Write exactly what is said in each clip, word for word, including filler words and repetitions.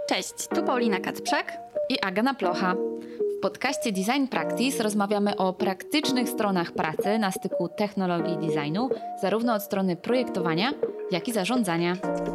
Cześć, tu Paulina Kacprzak i Aga Naplocha. W podcaście Design Practice rozmawiamy o praktycznych stronach pracy na styku technologii i designu, zarówno od strony projektowania, jak i zarządzania.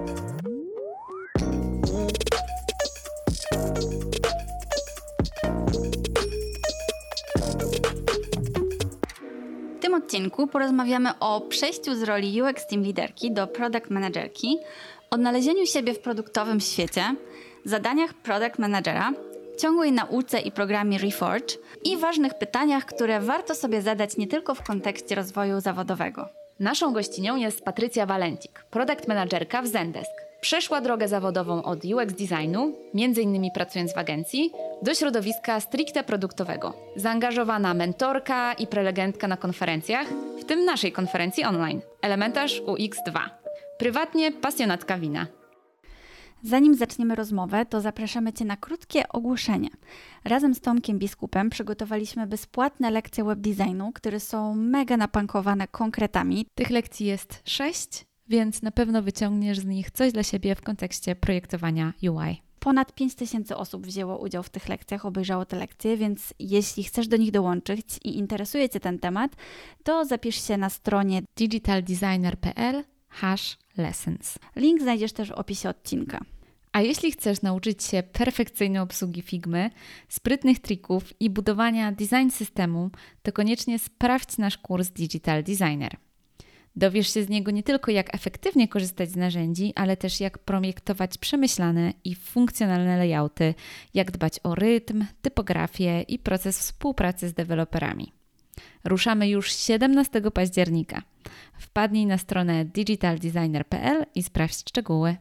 W tym odcinku porozmawiamy o przejściu z roli U X Team Leaderki do Product Managerki, odnalezieniu siebie w produktowym świecie, zadaniach Product Managera, ciągłej nauce i programie Reforge i ważnych pytaniach, które warto sobie zadać nie tylko w kontekście rozwoju zawodowego. Naszą gościnią jest Patrycja Walencik, Product Managerka w Zendesk. Przeszła drogę zawodową od U X designu, między innymi pracując w agencji, do środowiska stricte produktowego. Zaangażowana mentorka i prelegentka na konferencjach, w tym naszej konferencji online, Elementarz U X dwa. Prywatnie pasjonatka wina. Zanim zaczniemy rozmowę, to zapraszamy Cię na krótkie ogłoszenie. Razem z Tomkiem Biskupem przygotowaliśmy bezpłatne lekcje webdesignu, które są mega napankowane konkretami. Tych lekcji jest sześć, więc na pewno wyciągniesz z nich coś dla siebie w kontekście projektowania U I. Ponad pięć tysięcy osób wzięło udział w tych lekcjach, obejrzało te lekcje, więc jeśli chcesz do nich dołączyć i interesuje Cię ten temat, to zapisz się na stronie digitaldesigner kropka p l hash lessons. Link znajdziesz też w opisie odcinka. A jeśli chcesz nauczyć się perfekcyjnej obsługi Figmy, sprytnych trików i budowania design systemu, to koniecznie sprawdź nasz kurs Digital Designer. Dowiesz się z niego nie tylko jak efektywnie korzystać z narzędzi, ale też jak projektować przemyślane i funkcjonalne layouty, jak dbać o rytm, typografię i proces współpracy z deweloperami. Ruszamy już siedemnastego października. Wpadnij na stronę digitaldesigner kropka p l i sprawdź szczegóły.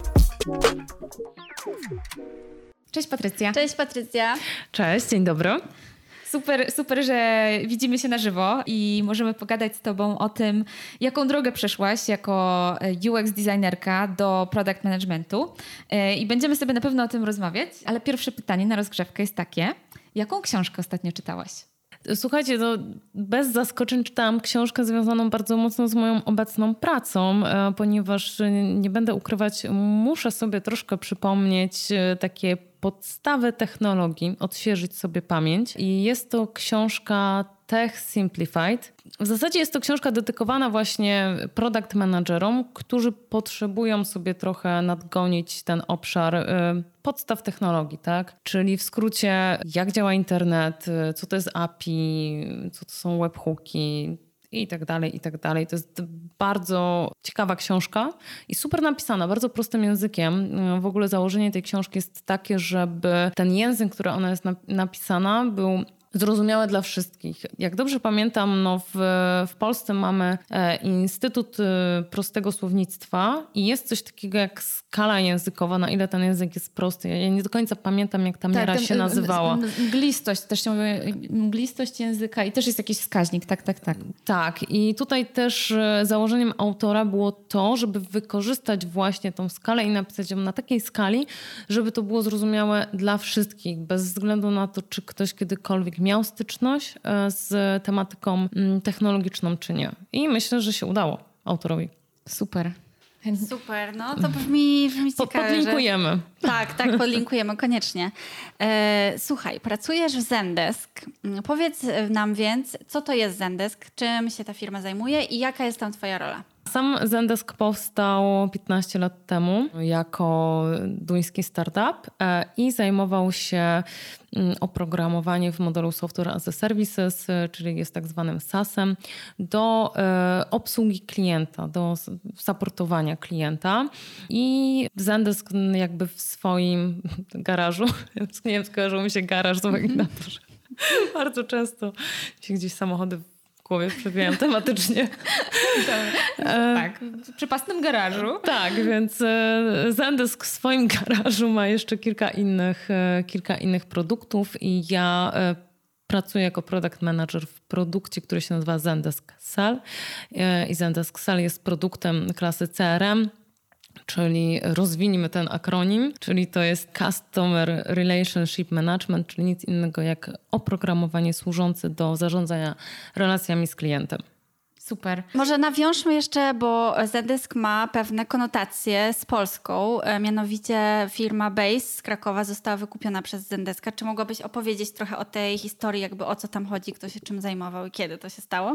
Cześć Patrycja. Cześć Patrycja. Cześć, dzień dobry. Super, super, że widzimy się na żywo i możemy pogadać z Tobą o tym, jaką drogę przeszłaś jako U X designerka do product managementu. I będziemy sobie na pewno o tym rozmawiać, ale pierwsze pytanie na rozgrzewkę jest takie: jaką książkę ostatnio czytałaś? Słuchajcie, to bez zaskoczeń czytałam książkę związaną bardzo mocno z moją obecną pracą, ponieważ nie będę ukrywać, muszę sobie troszkę przypomnieć takie podstawy technologii, odświeżyć sobie pamięć. I jest to książka Tech Simplified. W zasadzie jest to książka dedykowana właśnie product managerom, którzy potrzebują sobie trochę nadgonić ten obszar y, podstaw technologii, tak? Czyli w skrócie, jak działa internet, co to jest A P I, co to są webhooki i tak dalej, i tak dalej. To jest bardzo ciekawa książka i super napisana, bardzo prostym językiem. W ogóle założenie tej książki jest takie, żeby ten język, który ona jest napisana, był zrozumiałe dla wszystkich. Jak dobrze pamiętam, no w, w Polsce mamy e, Instytut e, Prostego Słownictwa i jest coś takiego jak skala językowa, na ile ten język jest prosty. Ja nie do końca pamiętam, jak ta miara tak, się nazywała. Mglistość, też się mówi, mglistość języka i też jest jakiś wskaźnik, tak, tak, tak. Tak i tutaj też e, założeniem autora było to, żeby wykorzystać właśnie tą skalę i napisać ją na takiej skali, żeby to było zrozumiałe dla wszystkich, bez względu na to, czy ktoś kiedykolwiek miał styczność z tematyką technologiczną czy nie. I myślę, że się udało autorowi. Super. Super, no to brzmi, brzmi ciekawe. Podlinkujemy. Że... Tak, tak, podlinkujemy, koniecznie. E, słuchaj, pracujesz w Zendesk. Powiedz nam więc, co to jest Zendesk, czym się ta firma zajmuje i jaka jest tam twoja rola? Sam Zendesk powstał piętnaście lat temu jako duński startup i zajmował się oprogramowaniem w modelu Software as a Services, czyli jest tak zwanym SaaS-em, do obsługi klienta, do supportowania klienta. I Zendesk jakby w swoim garażu, nie wiem, skojarzył mi się garaż z uwagi na to, że bardzo często się gdzieś samochody głowie przewijam tematycznie. Tak, w przypasnym garażu. Tak, więc Zendesk w swoim garażu ma jeszcze kilka innych, kilka innych produktów i ja pracuję jako product manager w produkcie, który się nazywa Zendesk Sell. I Zendesk Sell jest produktem klasy C R M, czyli rozwinijmy ten akronim, czyli to jest Customer Relationship Management, czyli nic innego jak oprogramowanie służące do zarządzania relacjami z klientem. Super. Może nawiążmy jeszcze, bo Zendesk ma pewne konotacje z Polską. E, mianowicie firma Base z Krakowa została wykupiona przez Zendeska. Czy mogłabyś opowiedzieć trochę o tej historii, jakby o co tam chodzi, kto się czym zajmował i kiedy to się stało?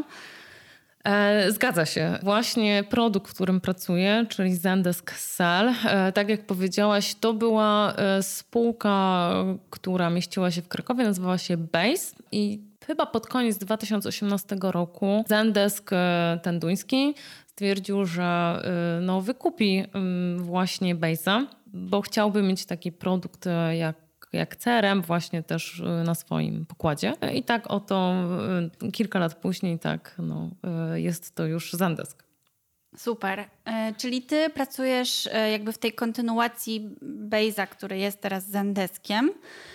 E, zgadza się. Właśnie produkt, w którym pracuję, czyli Zendesk Sell, e, tak jak powiedziałaś, to była e, spółka, która mieściła się w Krakowie, nazywała się Base i chyba pod koniec dwa tysiące osiemnastego roku Zendesk, e, ten duński, stwierdził, że e, no, wykupi e, właśnie Base'a, bo chciałby mieć taki produkt e, jak jak C R M właśnie też na swoim pokładzie. I tak oto kilka lat później tak no, jest to już Zendesk. Super. Czyli ty pracujesz jakby w tej kontynuacji Base'a, który jest teraz Zendeskiem.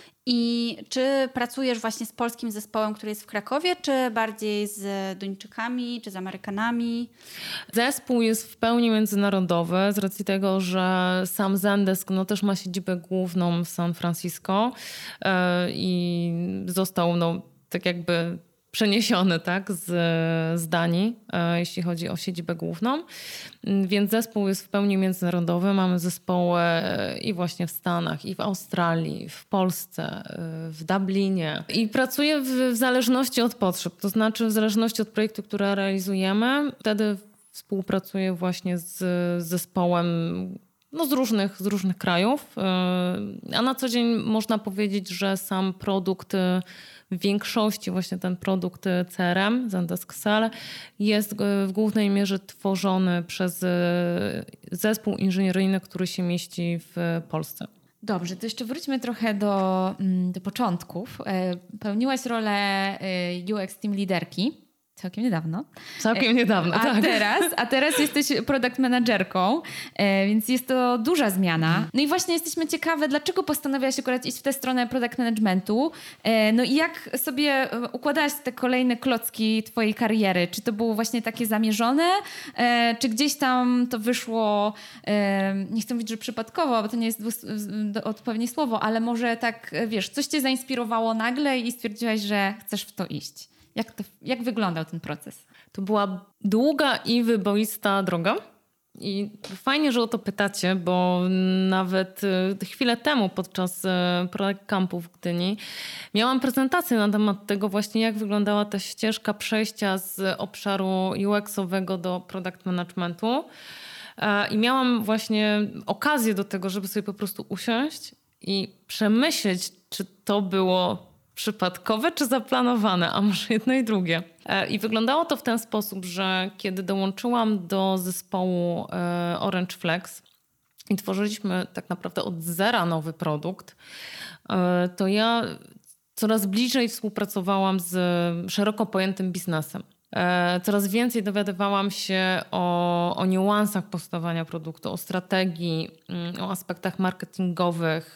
I czy pracujesz właśnie z polskim zespołem, który jest w Krakowie, czy bardziej z Duńczykami, czy z Amerykanami? Zespół jest w pełni międzynarodowy z racji tego, że sam Zendesk no, też ma siedzibę główną w San Francisco yy, i został no, tak jakby przeniesiony tak, z, z Danii, e, jeśli chodzi o siedzibę główną. Więc zespół jest w pełni międzynarodowy. Mamy zespoły i właśnie w Stanach, i w Australii, w Polsce, w Dublinie. I pracuję w, w zależności od potrzeb. To znaczy w zależności od projektu, który realizujemy. Wtedy współpracuję właśnie z, z zespołem no, z, różnych, z różnych krajów. A na co dzień można powiedzieć, że sam produkt w większości właśnie ten produkt C R M, Zendesk Sell, jest w głównej mierze tworzony przez zespół inżynieryjny, który się mieści w Polsce. Dobrze, to jeszcze wróćmy trochę do, do początków. Pełniłaś rolę U X Team Liderki. Całkiem niedawno. Całkiem niedawno, a tak. Teraz, a teraz jesteś product managerką, więc jest to duża zmiana. No i właśnie jesteśmy ciekawe, dlaczego postanowiłaś akurat iść w tę stronę product managementu. No i jak sobie układałaś te kolejne klocki twojej kariery? Czy to było właśnie takie zamierzone? Czy gdzieś tam to wyszło, nie chcę mówić, że przypadkowo, bo to nie jest odpowiednie słowo, ale może tak, wiesz, coś cię zainspirowało nagle i stwierdziłaś, że chcesz w to iść? Jak, to, jak wyglądał ten proces? To była długa i wyboista droga. I fajnie, że o to pytacie, bo nawet chwilę temu podczas Product Campu w Gdyni miałam prezentację na temat tego właśnie, jak wyglądała ta ścieżka przejścia z obszaru U X-owego do product managementu. I miałam właśnie okazję do tego, żeby sobie po prostu usiąść i przemyśleć, czy to było przypadkowe czy zaplanowane, a może jedno i drugie. I wyglądało to w ten sposób, że kiedy dołączyłam do zespołu Orange Flex i tworzyliśmy tak naprawdę od zera nowy produkt, to ja coraz bliżej współpracowałam z szeroko pojętym biznesem. Coraz więcej dowiadywałam się o, o niuansach powstawania produktu, o strategii, o aspektach marketingowych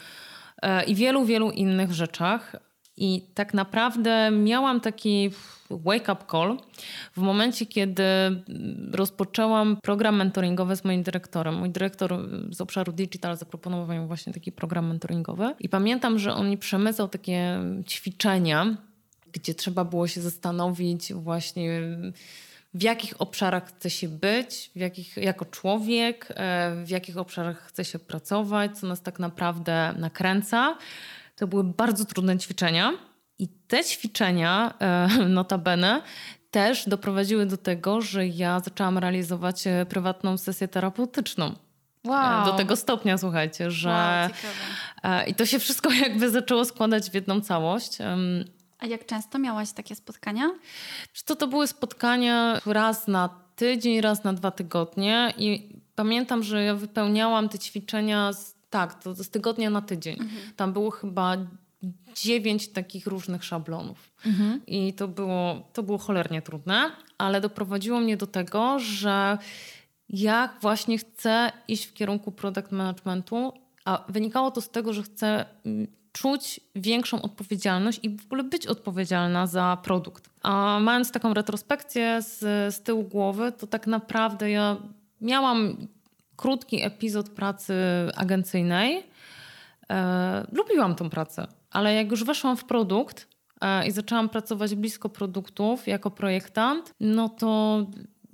i wielu, wielu innych rzeczach. I tak naprawdę miałam taki wake-up call w momencie, kiedy rozpoczęłam program mentoringowy z moim dyrektorem. Mój dyrektor z obszaru digital zaproponował mi właśnie taki program mentoringowy. I pamiętam, że on mi przemycał takie ćwiczenia, gdzie trzeba było się zastanowić właśnie, w jakich obszarach chce się być, w jakich, jako człowiek, w jakich obszarach chce się pracować, co nas tak naprawdę nakręca. To były bardzo trudne ćwiczenia i te ćwiczenia, notabene, też doprowadziły do tego, że ja zaczęłam realizować prywatną sesję terapeutyczną. Wow. Do tego stopnia, słuchajcie, że... Wow, ciekawe. I to się wszystko jakby zaczęło składać w jedną całość. A jak często miałaś takie spotkania? To, to były spotkania raz na tydzień, raz na dwa tygodnie i pamiętam, że ja wypełniałam te ćwiczenia z, tak, to z tygodnia na tydzień. Mhm. Tam było chyba dziewięć takich różnych szablonów. Mhm. I to było, to było cholernie trudne, ale doprowadziło mnie do tego, że ja właśnie chcę iść w kierunku product managementu, a wynikało to z tego, że chcę czuć większą odpowiedzialność i w ogóle być odpowiedzialna za produkt. A mając taką retrospekcję z, z tyłu głowy, to tak naprawdę ja miałam krótki epizod pracy agencyjnej. E, lubiłam tą pracę, ale jak już weszłam w produkt, i zaczęłam pracować blisko produktów jako projektant, no to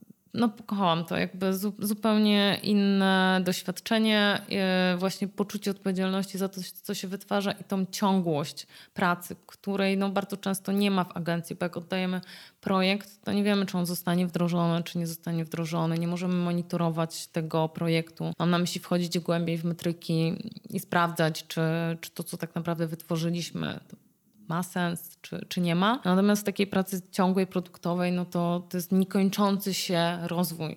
no pokochałam to. Jakby zu, zupełnie inne doświadczenie, właśnie poczucie odpowiedzialności za to, co się wytwarza i tą ciągłość pracy, której no bardzo często nie ma w agencji, bo jak oddajemy projekt, to nie wiemy, czy on zostanie wdrożony, czy nie zostanie wdrożony. Nie możemy monitorować tego projektu. Mam na myśli wchodzić głębiej w metryki i sprawdzać, czy, czy to, co tak naprawdę wytworzyliśmy, to ma sens, czy, czy nie ma. Natomiast w takiej pracy ciągłej, produktowej, no to to jest niekończący się rozwój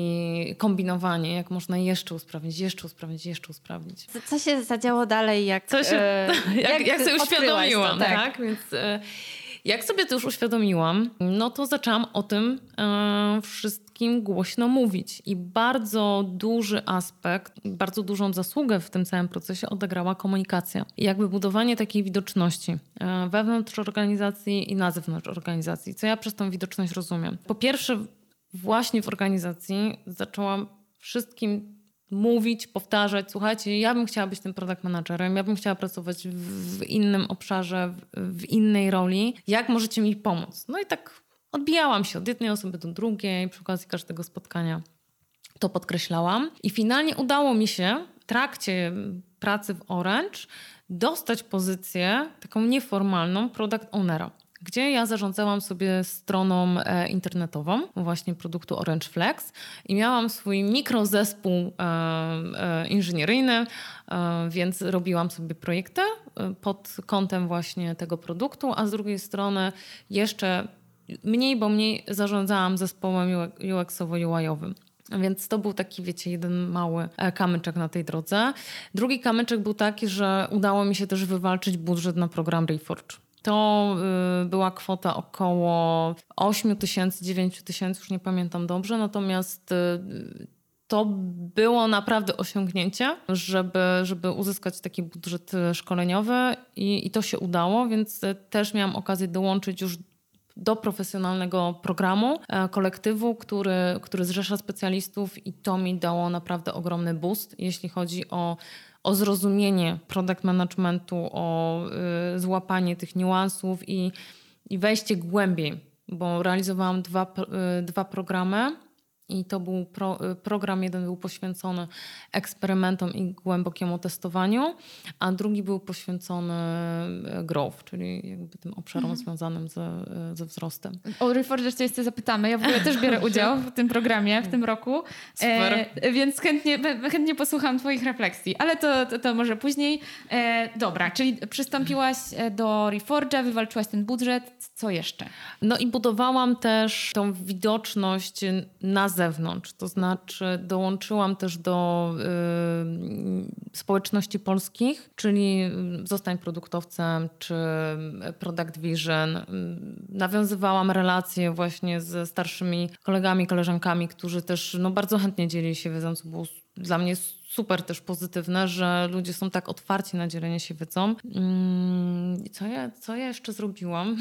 i kombinowanie, jak można jeszcze usprawnić, jeszcze usprawnić, jeszcze usprawnić. Co, co się zadziało dalej, jak Co się, e, jak, jak, jak sobie uświadomiłam, to, tak? tak? Więc e, jak sobie to już uświadomiłam, no to zaczęłam o tym e, wszystkim głośno mówić. I bardzo duży aspekt, bardzo dużą zasługę w tym całym procesie odegrała komunikacja. I jakby budowanie takiej widoczności e, wewnątrz organizacji i na zewnątrz organizacji. Co ja przez tą widoczność rozumiem? Po pierwsze, właśnie w organizacji zaczęłam wszystkim mówić, powtarzać, słuchajcie, ja bym chciała być tym product managerem, ja bym chciała pracować w innym obszarze, w, w innej roli. Jak możecie mi pomóc? No i tak odbijałam się od jednej osoby do drugiej, przy okazji każdego spotkania to podkreślałam. I finalnie udało mi się w trakcie pracy w Orange dostać pozycję taką nieformalną product ownera, gdzie ja zarządzałam sobie stroną e, internetową właśnie produktu Orange Flex i miałam swój mikrozespół e, e, inżynieryjny, e, więc robiłam sobie projekty e, pod kątem właśnie tego produktu, a z drugiej strony jeszcze mniej, bo mniej zarządzałam zespołem U X-owo-U I-owym. Więc to był taki, wiecie, jeden mały kamyczek na tej drodze. Drugi kamyczek był taki, że udało mi się też wywalczyć budżet na program Reforge. To y, była kwota około osiem tysięcy, dziewięć tysięcy, już nie pamiętam dobrze, natomiast y, to było naprawdę osiągnięcie, żeby, żeby uzyskać taki budżet szkoleniowy i, i to się udało, więc też miałam okazję dołączyć już do profesjonalnego programu, e, kolektywu, który, który zrzesza specjalistów i to mi dało naprawdę ogromny boost, jeśli chodzi o o zrozumienie product managementu, o y, złapanie tych niuansów i, i wejście głębiej, bo realizowałam dwa, y, dwa programy i to był pro, y, program, jeden był poświęcony eksperymentom i głębokiemu testowaniu, a drugi był poświęcony growth, czyli jakby tym obszarom mhm. związanym ze, ze wzrostem. O Reforge jeszcze chcę zapytamy. Ja w ogóle też biorę udział w tym programie w tym roku, Super. E, więc chętnie, chętnie posłucham twoich refleksji, ale to, to, to może później. E, dobra, czyli przystąpiłaś do Reforge'a, wywalczyłaś ten budżet. Co jeszcze? No i budowałam też tą widoczność na zewnątrz, to znaczy dołączyłam też do y, społeczności polskich, czyli zostań produktowcem czy Product Vision. Nawiązywałam relacje właśnie ze starszymi kolegami, koleżankami, którzy też no, bardzo chętnie dzielili się wiedzą, co było dla mnie super też pozytywne, że ludzie są tak otwarci na dzielenie się wiedzą. I co ja, co ja jeszcze zrobiłam?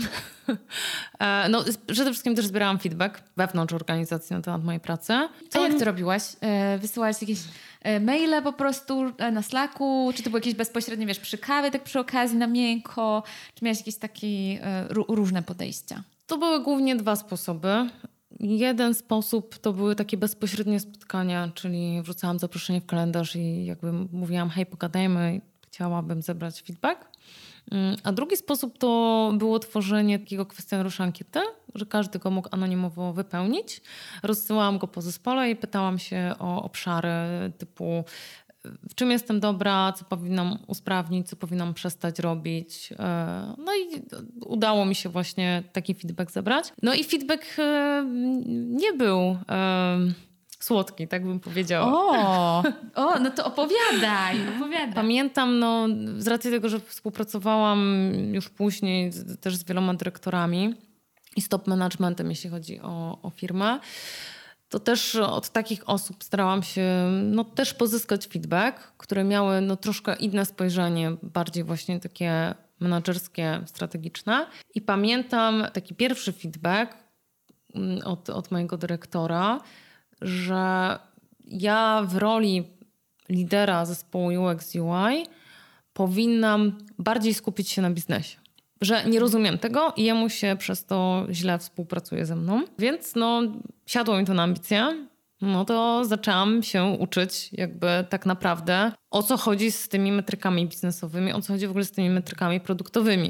No, przede wszystkim też zbierałam feedback wewnątrz organizacji na temat mojej pracy. A jak ty robiłaś? Wysyłałaś jakieś maile po prostu na Slacku? Czy to było jakieś bezpośrednie, wiesz, przy kawie, tak przy okazji, na miękko? Czy miałaś jakieś takie różne podejścia? To były głównie dwa sposoby. Jeden sposób to były takie bezpośrednie spotkania, czyli wrzucałam zaproszenie w kalendarz i jakby mówiłam, hej, pogadajmy, chciałabym zebrać feedback. A drugi sposób to było tworzenie takiego kwestionariusza ankiety, że każdy go mógł anonimowo wypełnić. Rozsyłałam go po zespole i pytałam się o obszary typu w czym jestem dobra, co powinnam usprawnić, co powinnam przestać robić. No i udało mi się właśnie taki feedback zebrać. No i feedback nie był słodki, tak bym powiedziała. O, o no to opowiadaj, opowiadaj. Pamiętam, no, z racji tego, że współpracowałam już później też z wieloma dyrektorami i z top managementem, jeśli chodzi o, o firmę, to też od takich osób starałam się no, też pozyskać feedback, które miały no, troszkę inne spojrzenie, bardziej właśnie takie menadżerskie, strategiczne. I pamiętam taki pierwszy feedback od, od mojego dyrektora, że ja w roli lidera zespołu U X U I powinnam bardziej skupić się na biznesie. że nie rozumiem tego i jemu się przez to źle współpracuje ze mną. Więc no, siadło mi to na ambicje. No to zaczęłam się uczyć jakby tak naprawdę, o co chodzi z tymi metrykami biznesowymi, o co chodzi w ogóle z tymi metrykami produktowymi.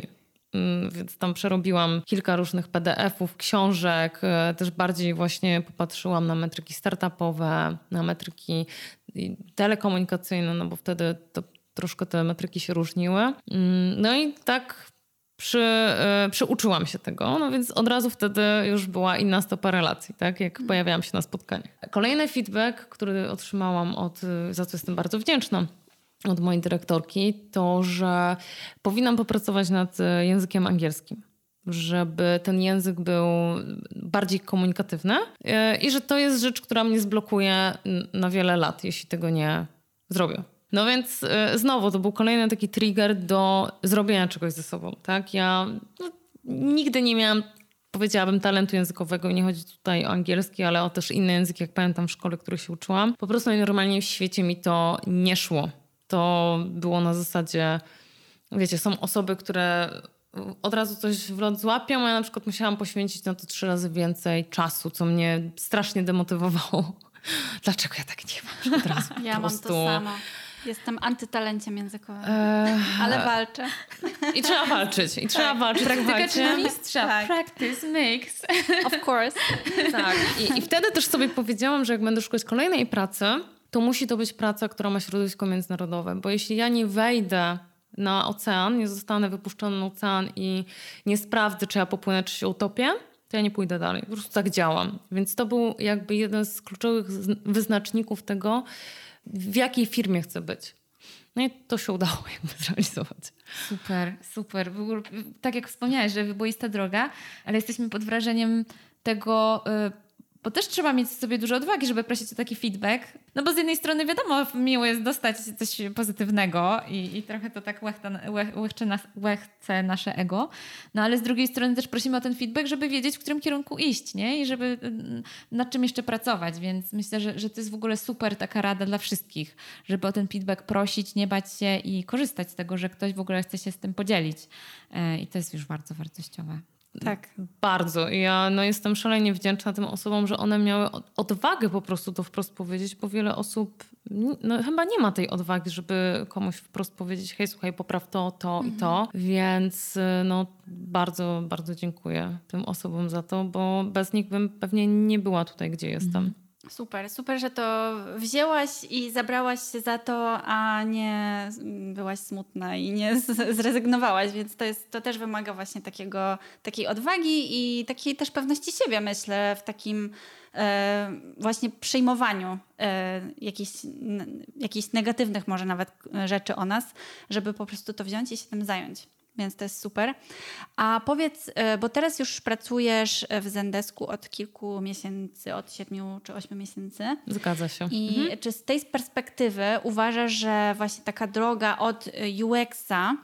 Więc tam przerobiłam kilka różnych P D F-ów, książek, też bardziej właśnie popatrzyłam na metryki startupowe, na metryki telekomunikacyjne, no bo wtedy to troszkę te metryki się różniły. No i tak przy, przyuczyłam się tego, no więc od razu wtedy już była inna stopa relacji, tak, jak pojawiałam się na spotkaniach. Kolejny feedback, który otrzymałam od, za co jestem bardzo wdzięczna, od mojej dyrektorki, to, że powinnam popracować nad językiem angielskim, żeby ten język był bardziej komunikatywny i że to jest rzecz, która mnie zblokuje na wiele lat, jeśli tego nie zrobię. No więc znowu to był kolejny taki trigger do zrobienia czegoś ze sobą. Tak? Ja no, nigdy nie miałam, powiedziałabym, talentu językowego i nie chodzi tutaj o angielski, ale o też inne języki, jak pamiętam w szkole, których się uczyłam. Po prostu normalnie w świecie mi to nie szło. To było na zasadzie, wiecie, są osoby, które od razu coś w lot złapią, a ja na przykład musiałam poświęcić na to trzy razy więcej czasu, co mnie strasznie demotywowało. Dlaczego ja tak nie mam? Od razu ja po mam prostu... to samo. Jestem antytalenciem językowym, eee... ale walczę. I trzeba walczyć. I trzeba tak. walczyć. Praktyka czy mistrza. Tak. Practice makes. Of course. Tak. I, I wtedy też sobie powiedziałam, że jak będę szukać kolejnej pracy, to musi to być praca, która ma środowisko międzynarodowe. Bo jeśli ja nie wejdę na ocean, nie zostanę wypuszczona na ocean i nie sprawdzę, czy ja popłynę, czy się utopię, to ja nie pójdę dalej. Po prostu tak działam. Więc to był jakby jeden z kluczowych wyznaczników tego, w jakiej firmie chcę być. No i to się udało jakby zrealizować. Super, super. Tak jak wspomniałeś, że wyboista droga, ale jesteśmy pod wrażeniem tego... Y- Bo też trzeba mieć w sobie dużo odwagi, żeby prosić o taki feedback. No bo z jednej strony wiadomo, miło jest dostać coś pozytywnego i, i trochę to tak łechta, łech, łechcze nas, łechce nasze ego. No ale z drugiej strony też prosimy o ten feedback, żeby wiedzieć, w którym kierunku iść, nie? I żeby nad czym jeszcze pracować. Więc myślę, że, że to jest w ogóle super taka rada dla wszystkich, żeby o ten feedback prosić, nie bać się i korzystać z tego, że ktoś w ogóle chce się z tym podzielić. I to jest już bardzo wartościowe. Tak, bardzo. Ja no, jestem szalenie wdzięczna tym osobom, że one miały odwagę po prostu to wprost powiedzieć, bo wiele osób no, chyba nie ma tej odwagi, żeby komuś wprost powiedzieć: hej, słuchaj, popraw to, to mhm. i to. Więc no, bardzo, bardzo dziękuję tym osobom za to, bo bez nich bym pewnie nie była tutaj, gdzie jestem. Mhm. Super, super, że to wzięłaś i zabrałaś się za to, a nie byłaś smutna i nie zrezygnowałaś, więc to, jest, to też wymaga właśnie takiego, takiej odwagi i takiej też pewności siebie, myślę, w takim e, właśnie przyjmowaniu e, jakichś, jakichś negatywnych może nawet rzeczy o nas, żeby po prostu to wziąć i się tym zająć. Więc to jest super. A powiedz, bo teraz już pracujesz w Zendesku od kilku miesięcy, od siedmiu czy ośmiu miesięcy. Zgadza się. I mhm. czy z tej perspektywy uważasz, że właśnie taka droga od U X-a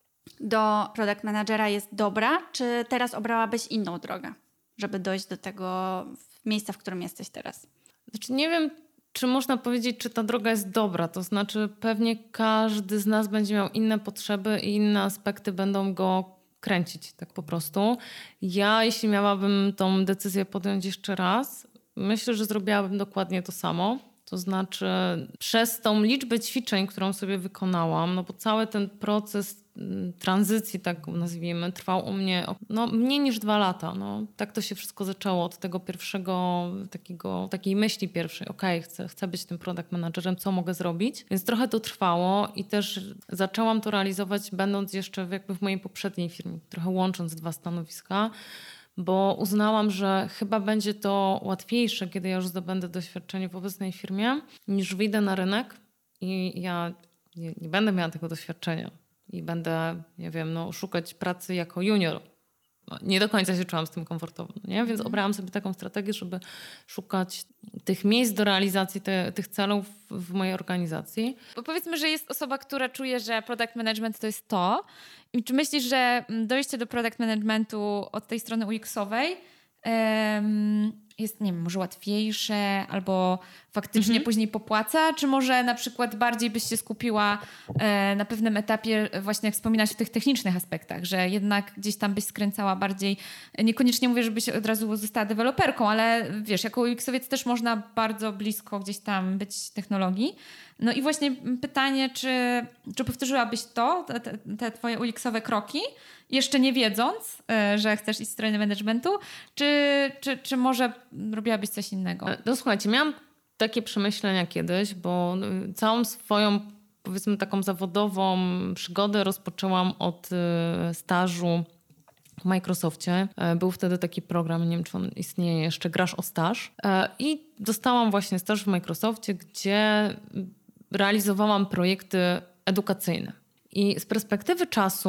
do product managera jest dobra, czy teraz obrałabyś inną drogę, żeby dojść do tego miejsca, w którym jesteś teraz? Znaczy nie wiem, czy można powiedzieć, czy ta droga jest dobra. To znaczy pewnie każdy z nas będzie miał inne potrzeby i inne aspekty będą go kręcić tak po prostu. Ja, jeśli miałabym tą decyzję podjąć jeszcze raz, myślę, że zrobiłabym dokładnie to samo. To znaczy przez tą liczbę ćwiczeń, którą sobie wykonałam, no bo cały ten proces tranzycji, tak nazwijmy, trwał u mnie no, mniej niż dwa lata. No, tak to się wszystko zaczęło od tego pierwszego, takiego, takiej myśli pierwszej. Okej, okay, chcę, chcę być tym product managerem, co mogę zrobić? Więc trochę to trwało i też zaczęłam to realizować, będąc jeszcze w, jakby w mojej poprzedniej firmie, trochę łącząc dwa stanowiska, bo uznałam, że chyba będzie to łatwiejsze, kiedy ja już zdobędę doświadczenie w obecnej firmie, niż wyjdę na rynek i ja nie, nie będę miała tego doświadczenia i będę, nie wiem, no, szukać pracy jako junior. No, nie do końca się czułam z tym komfortowo, nie? Więc obrałam sobie taką strategię, żeby szukać tych miejsc do realizacji te, tych celów w mojej organizacji. Bo powiedzmy, że jest osoba, która czuje, że product management to jest to. I czy myślisz, że dojście do product managementu od tej strony U X-owej um, jest, nie wiem, może łatwiejsze albo faktycznie mhm. później popłaca, czy może na przykład bardziej byś się skupiła e, na pewnym etapie, właśnie jak wspominałaś w tych technicznych aspektach, że jednak gdzieś tam byś skręcała bardziej, niekoniecznie mówię, żebyś od razu została deweloperką, ale wiesz, jako U X-owiec też można bardzo blisko gdzieś tam być technologii. No i właśnie pytanie, czy, czy powtórzyłabyś to, te, te twoje U X-owe kroki, jeszcze nie wiedząc, że chcesz iść w stronę managementu, czy, czy, czy może robiłabyś coś innego? No słuchajcie, miałam takie przemyślenia kiedyś, bo całą swoją, powiedzmy, taką zawodową przygodę rozpoczęłam od stażu w Microsoftie. Był wtedy taki program, nie wiem, czy on istnieje jeszcze, Grasz o staż. I dostałam właśnie staż w Microsoftie, gdzie realizowałam projekty edukacyjne. I z perspektywy czasu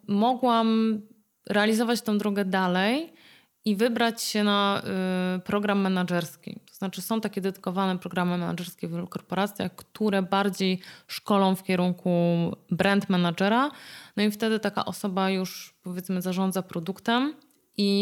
mogłam realizować tę drogę dalej i wybrać się na y, program menedżerski. To znaczy są takie dedykowane programy menedżerskie w wielu korporacjach, które bardziej szkolą w kierunku brand managera. No i wtedy taka osoba już, powiedzmy, zarządza produktem i,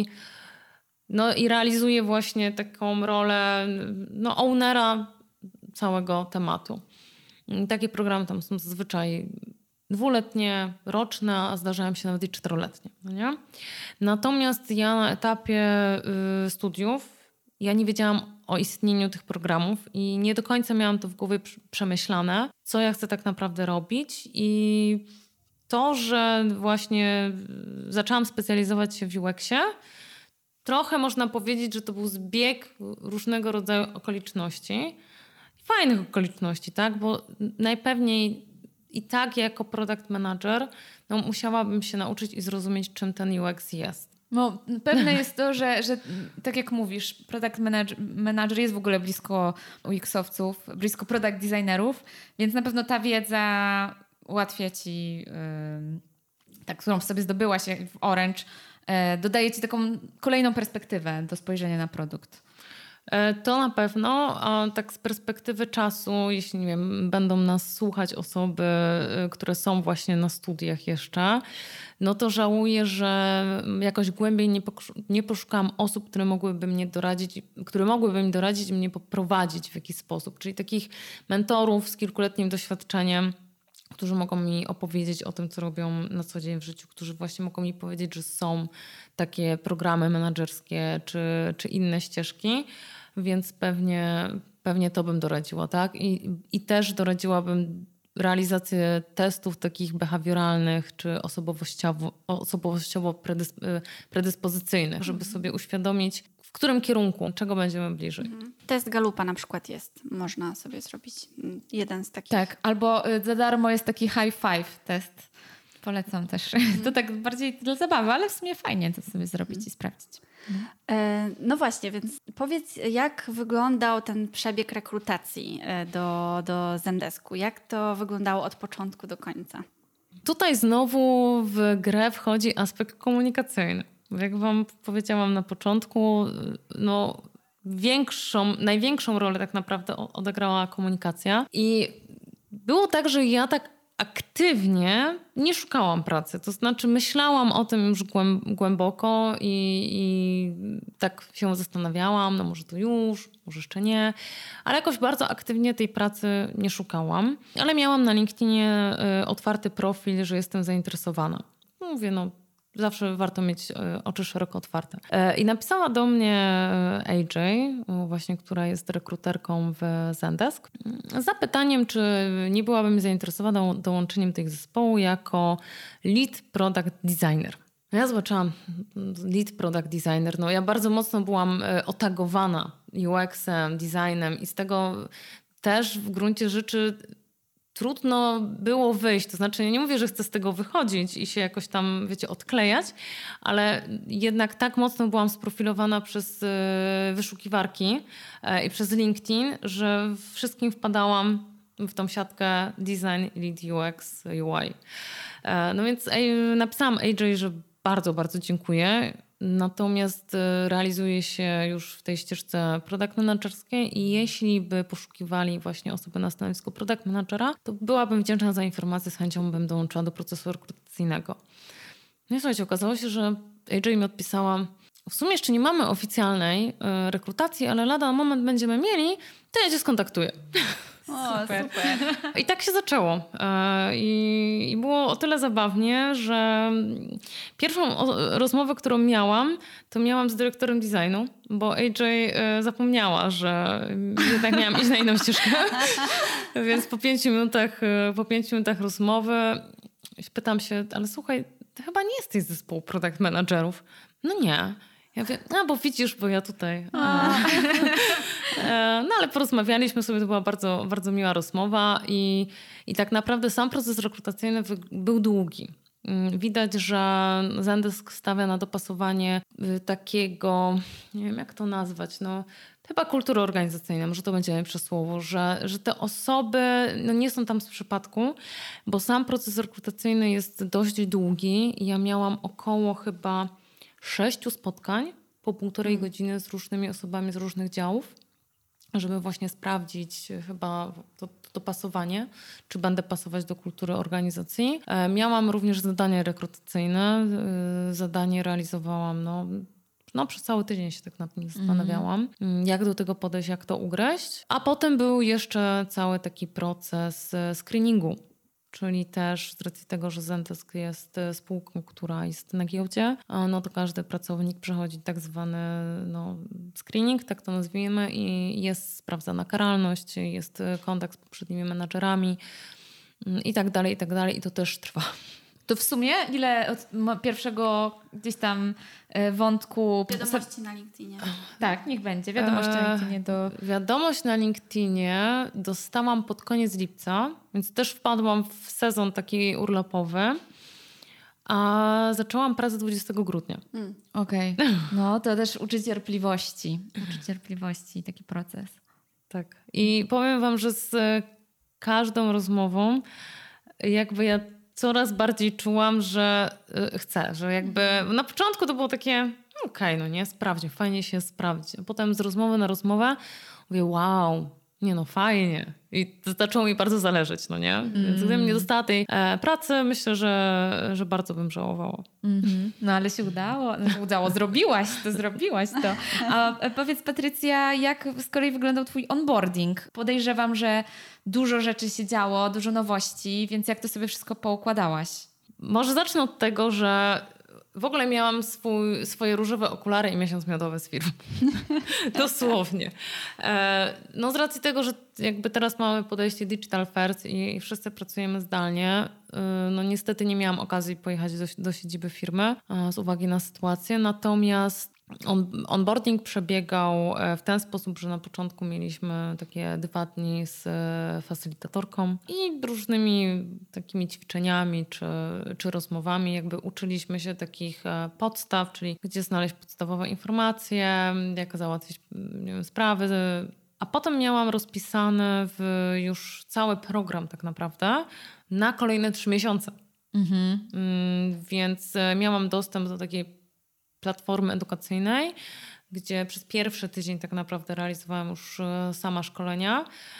no, i realizuje właśnie taką rolę no, ownera całego tematu. Takie programy tam są zazwyczaj dwuletnie, roczne, a zdarzają się nawet i czteroletnie. No nie? Natomiast ja na etapie y, studiów, ja nie wiedziałam o istnieniu tych programów i nie do końca miałam to w głowie przemyślane, co ja chcę tak naprawdę robić. I to, że właśnie zaczęłam specjalizować się w U X-ie, trochę można powiedzieć, że to był zbieg różnego rodzaju okoliczności. Fajnych okoliczności, tak? Bo najpewniej i tak jako product manager no, musiałabym się nauczyć i zrozumieć, czym ten U X jest. No, pewne jest to, że, że tak jak mówisz, product manager, manager jest w ogóle blisko U X-owców, blisko product designerów, więc na pewno ta wiedza ułatwia ci, yy, ta, którą sobie zdobyłaś w Orange, yy, dodaje ci taką kolejną perspektywę do spojrzenia na produkt. To na pewno, a tak z perspektywy czasu, jeśli nie wiem, będą nas słuchać osoby, które są właśnie na studiach jeszcze, no to żałuję, że jakoś głębiej nie, nie poszukałam osób, które mogłyby mnie doradzić, które mogłyby mi doradzić i mnie poprowadzić w jakiś sposób. Czyli takich mentorów z kilkuletnim doświadczeniem, którzy mogą mi opowiedzieć o tym, co robią na co dzień w życiu, którzy właśnie mogą mi powiedzieć, że są takie programy menedżerskie czy, czy inne ścieżki, więc pewnie, pewnie to bym doradziła, tak? I, i też doradziłabym realizację testów takich behawioralnych czy osobowościowo, osobowościowo predysp- predyspozycyjnych, żeby sobie uświadomić, w którym kierunku, czego będziemy bliżej. Mhm. Test Galupa na przykład jest. Można sobie zrobić jeden z takich. Tak, albo za darmo jest taki high five test. Polecam też. Mhm. To tak bardziej dla zabawy, ale w sumie fajnie to sobie zrobić mhm. i sprawdzić. Mhm. E, no właśnie, więc powiedz, jak wyglądał ten przebieg rekrutacji do, do Zendesku? Jak to wyglądało od początku do końca? Tutaj znowu w grę wchodzi aspekt komunikacyjny. Jak wam powiedziałam na początku, no większą, największą rolę tak naprawdę odegrała komunikacja. I było tak, że ja tak aktywnie nie szukałam pracy. To znaczy myślałam o tym już głęboko i, i tak się zastanawiałam, no może to już, może jeszcze nie. Ale jakoś bardzo aktywnie tej pracy nie szukałam. Ale miałam na LinkedInie otwarty profil, że jestem zainteresowana. Mówię, no zawsze warto mieć oczy szeroko otwarte. I napisała do mnie A J, właśnie, która jest rekruterką w Zendesk, z zapytaniem, czy nie byłabym zainteresowana dołączeniem tych zespołu jako lead product designer. Ja zobaczyłam lead product designer. No ja bardzo mocno byłam otagowana U X-em, designem i z tego też w gruncie rzeczy trudno było wyjść. To znaczy, ja nie mówię, że chcę z tego wychodzić i się jakoś tam, wiecie, odklejać, ale jednak tak mocno byłam sprofilowana przez wyszukiwarki i przez LinkedIn, że wszystkim wpadałam w tą siatkę design, lead U X, U I. No więc napisałam A J, że bardzo, bardzo dziękuję. Natomiast realizuje się już w tej ścieżce product managerskiej i jeśli by poszukiwali właśnie osoby na stanowisku product managera, to byłabym wdzięczna za informację, z chęcią bym dołączyła do procesu rekrutacyjnego. No i słuchajcie, okazało się, że A J mi odpisała: w sumie jeszcze nie mamy oficjalnej y, rekrutacji, ale lada moment będziemy mieli, to ja cię skontaktuję. O, super. super. I tak się zaczęło. I, I było o tyle zabawnie, że pierwszą o, rozmowę, którą miałam, to miałam z dyrektorem designu, bo A J zapomniała, że jednak miałam iść na inną ścieżkę. Więc po pięciu minutach, po pięciu minutach rozmowy pytam się, ale słuchaj, ty chyba nie jesteś z zespołu product managerów. No nie. Ja mówię, no bo widzisz, bo ja tutaj... No ale porozmawialiśmy sobie, to była bardzo, bardzo miła rozmowa i, i tak naprawdę sam proces rekrutacyjny był długi. Widać, że Zendesk stawia na dopasowanie takiego, nie wiem jak to nazwać, no chyba kultury organizacyjnej, może to będzie przez słowo, że, że te osoby no nie są tam z przypadku, bo sam proces rekrutacyjny jest dość długi. Ja miałam około chyba sześciu spotkań po półtorej hmm. godziny z różnymi osobami z różnych działów, żeby właśnie sprawdzić chyba to, to dopasowanie, czy będę pasować do kultury organizacji. E, miałam również zadanie rekrutacyjne. E, zadanie realizowałam no, no, przez cały tydzień się tak nad tym zastanawiałam, mm. jak do tego podejść, jak to ugryźć. A potem był jeszcze cały taki proces screeningu. Czyli też z racji tego, że Zendesk jest spółką, która jest na giełdzie, no to każdy pracownik przechodzi tak zwany no, screening, tak to nazwijmy, i jest sprawdzana karalność, jest kontakt z poprzednimi menadżerami i tak dalej, i tak dalej. I to też trwa. To w sumie ile od pierwszego gdzieś tam wątku... Wiadomości na LinkedInie. Tak, niech będzie. Wiadomości na LinkedInie do... Wiadomość na LinkedInie dostałam pod koniec lipca, więc też wpadłam w sezon taki urlopowy, a zaczęłam pracę dwudziestego grudnia. Hmm. Okej. Okay. No to też uczy cierpliwości. Uczy cierpliwości taki proces. Tak. I powiem wam, że z każdą rozmową jakby ja coraz bardziej czułam, że chcę, że jakby na początku to było takie okej, okay, no nie, sprawdź, fajnie się sprawdzi. A potem z rozmowy na rozmowę mówię, wow, nie no, fajnie. I to zaczęło mi bardzo zależeć, no nie? Mm. Więc gdybym nie dostała tej e, pracy, myślę, że, że bardzo bym żałowała. Mm-hmm. No ale się udało, no, się udało, zrobiłaś to, zrobiłaś to. A powiedz Patrycja, jak z kolei wyglądał twój onboarding? Podejrzewam, że dużo rzeczy się działo, dużo nowości, więc jak to sobie wszystko poukładałaś? Może zacznę od tego, że w ogóle miałam swój, swoje różowe okulary i miesiąc miodowy z firmy. Dosłownie. E, no z racji tego, że jakby teraz mamy podejście digital first i, i wszyscy pracujemy zdalnie, y, no niestety nie miałam okazji pojechać do, do siedziby firmy e, z uwagi na sytuację. Natomiast On, onboarding przebiegał w ten sposób, że na początku mieliśmy takie dwa dni z facylitatorką i różnymi takimi ćwiczeniami czy, czy rozmowami. Jakby uczyliśmy się takich podstaw, czyli gdzie znaleźć podstawowe informacje, jak załatwić nie wiem, sprawy. A potem miałam rozpisany w już cały program tak naprawdę na kolejne trzy miesiące. Mhm. Więc miałam dostęp do takiej platformy edukacyjnej, gdzie przez pierwszy tydzień tak naprawdę realizowałam już sama szkolenia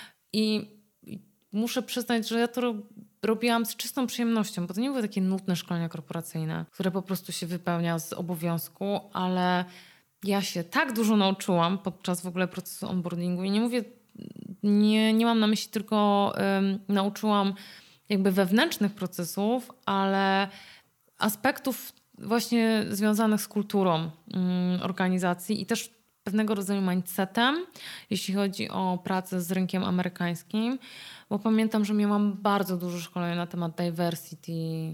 i muszę przyznać, że ja to robiłam z czystą przyjemnością, bo to nie były takie nudne szkolenia korporacyjne, które po prostu się wypełnia z obowiązku, ale ja się tak dużo nauczyłam podczas w ogóle procesu onboardingu i nie mówię, nie, nie mam na myśli tylko um, nauczyłam jakby wewnętrznych procesów, ale aspektów właśnie związanych z kulturą um, organizacji i też pewnego rodzaju mindsetem, jeśli chodzi o pracę z rynkiem amerykańskim, bo pamiętam, że miałam bardzo dużo szkoleń na temat diversity,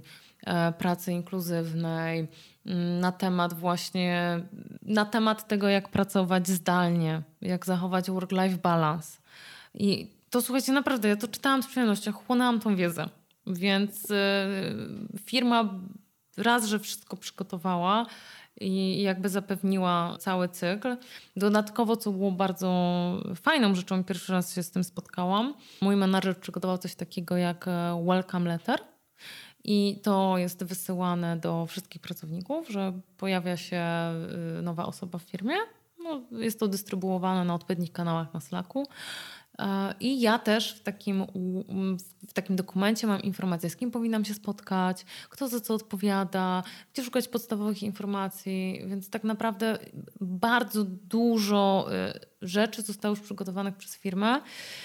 e, pracy inkluzywnej, m, na temat właśnie, na temat tego, jak pracować zdalnie, jak zachować work-life balance. I to słuchajcie, naprawdę, ja to czytałam z przyjemnością, chłonęłam tą wiedzę, więc e, firma raz, że wszystko przygotowała i jakby zapewniła cały cykl. Dodatkowo, co było bardzo fajną rzeczą, pierwszy raz się z tym spotkałam, mój menadżer przygotował coś takiego jak welcome letter i to jest wysyłane do wszystkich pracowników, że pojawia się nowa osoba w firmie. No, jest to dystrybuowane na odpowiednich kanałach na Slacku I ja też w takim, w takim dokumencie mam informację, z kim powinnam się spotkać, kto za co odpowiada, gdzie szukać podstawowych informacji, więc tak naprawdę bardzo dużo rzeczy zostało już przygotowanych przez firmę.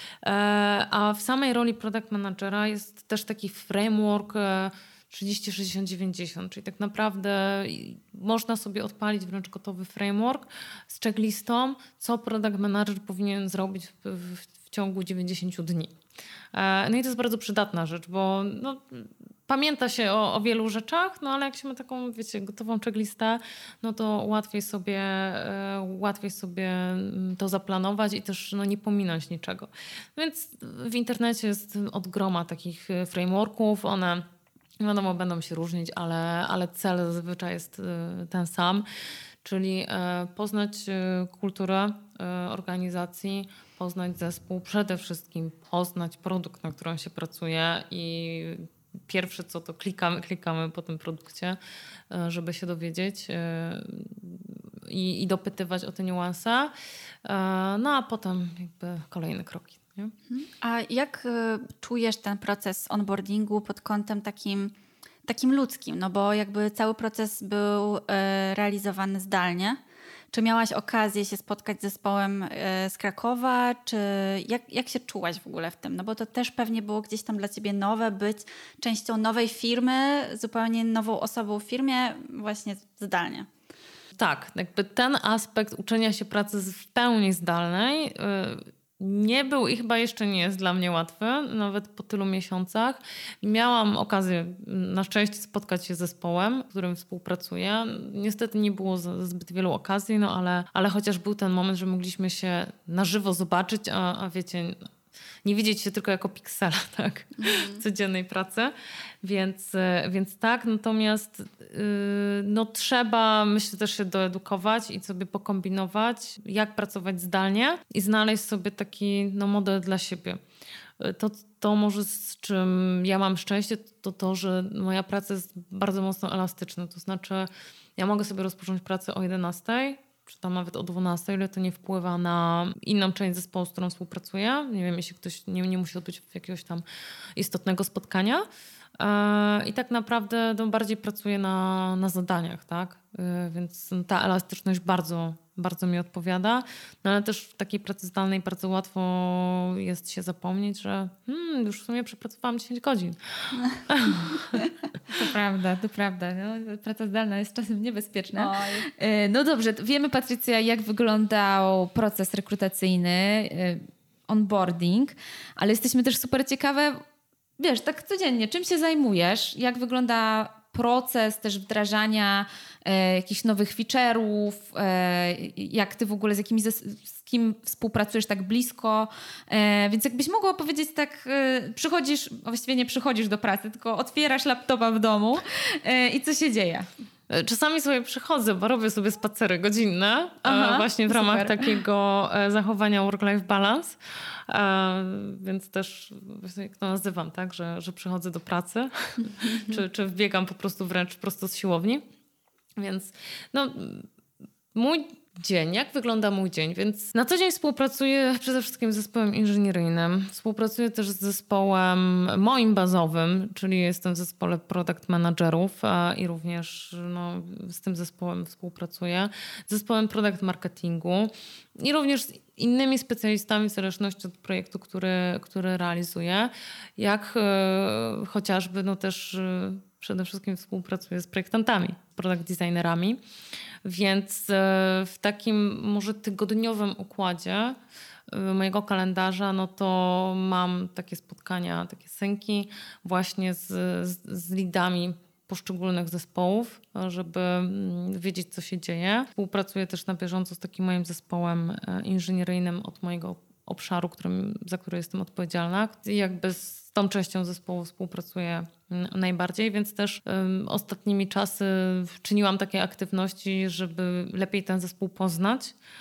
A w samej roli product managera jest też taki framework trzydzieści sześćdziesiąt dziewięćdziesiąt, czyli tak naprawdę można sobie odpalić wręcz gotowy framework z checklistą, co product manager powinien zrobić w, w, w ciągu dziewięćdziesięciu dni. No i to jest bardzo przydatna rzecz, bo no, pamięta się o, o wielu rzeczach, no ale jak się ma taką, wiecie, gotową checklistę, no to łatwiej sobie, e, łatwiej sobie to zaplanować i też no, nie pominąć niczego. Więc w internecie jest od groma takich frameworków, one wiadomo, będą się różnić, ale, ale cel zazwyczaj jest ten sam, czyli poznać kulturę organizacji, poznać zespół, przede wszystkim poznać produkt, na którym się pracuje i pierwsze co to klikamy, klikamy po tym produkcie, żeby się dowiedzieć i, i dopytywać o te niuanse, no a potem jakby kolejne kroki. Nie? A jak y, czujesz ten proces onboardingu pod kątem takim, takim ludzkim? No bo jakby cały proces był y, realizowany zdalnie. Czy miałaś okazję się spotkać z zespołem y, z Krakowa? Czy jak, jak się czułaś w ogóle w tym? No bo to też pewnie było gdzieś tam dla ciebie nowe, być częścią nowej firmy, zupełnie nową osobą w firmie, właśnie zdalnie. Tak, jakby ten aspekt uczenia się pracy w pełni zdalnej y- nie był i chyba jeszcze nie jest dla mnie łatwy, nawet po tylu miesiącach. Miałam okazję na szczęście spotkać się z zespołem, z którym współpracuję. Niestety nie było zbyt wielu okazji, no ale, ale chociaż był ten moment, że mogliśmy się na żywo zobaczyć, a, a wiecie, nie widzieć się tylko jako piksela, tak, mm. w codziennej pracy. Więc, więc tak, natomiast yy, no trzeba, myślę, też się doedukować i sobie pokombinować, jak pracować zdalnie i znaleźć sobie taki no, model dla siebie. To, to może z czym ja mam szczęście, to to, że moja praca jest bardzo mocno elastyczna. To znaczy ja mogę sobie rozpocząć pracę o jedenastej, czy tam nawet o dwunastej, ile to nie wpływa na inną część zespołu, z którą współpracuję. Nie wiem, jeśli ktoś nie, nie musi odbyć jakiegoś tam istotnego spotkania. I tak naprawdę no, bardziej pracuję na, na zadaniach, tak? Więc ta elastyczność bardzo, bardzo mi odpowiada. No ale też w takiej pracy zdalnej bardzo łatwo jest się zapomnieć, że hmm, już w sumie przepracowałam dziesięć godzin. To prawda, to prawda. No, praca zdalna jest czasem niebezpieczna. Oj. No dobrze, wiemy, Patrycja, jak wyglądał proces rekrutacyjny, onboarding, ale jesteśmy też super ciekawe, wiesz, tak codziennie, czym się zajmujesz? Jak wygląda proces też wdrażania e, jakichś nowych feature'ów? E, jak ty w ogóle z jakimi zes- z kim współpracujesz tak blisko? E, więc jakbyś mogła powiedzieć tak, e, przychodzisz, właściwie nie przychodzisz do pracy, tylko otwierasz laptopa w domu e, i co się dzieje? Czasami sobie przychodzę, bo robię sobie spacery godzinne, Aha, właśnie w ramach super. takiego zachowania work-life balance. Więc też, jak to nazywam, tak, że, że przychodzę do pracy, czy, czy wbiegam po prostu wręcz prosto z siłowni. Więc no, mój dzień, jak wygląda mój dzień? Więc na co dzień współpracuję przede wszystkim z zespołem inżynieryjnym. Współpracuję też z zespołem moim bazowym, czyli jestem w zespole product managerów i również no, z tym zespołem współpracuję. Z zespołem product marketingu i również z innymi specjalistami w zależności od projektu, który, który realizuję. Jak e, chociażby no też e, przede wszystkim współpracuję z projektantami, product designerami. Więc w takim może tygodniowym układzie mojego kalendarza, no to mam takie spotkania, takie synki właśnie z, z, z lidami poszczególnych zespołów, żeby wiedzieć, co się dzieje. Współpracuję też na bieżąco z takim moim zespołem inżynieryjnym od mojego obszaru, którym, za który jestem odpowiedzialna. I jakby z tą częścią zespołu współpracuję najbardziej, więc też um, ostatnimi czasy czyniłam takie aktywności, żeby lepiej ten zespół poznać,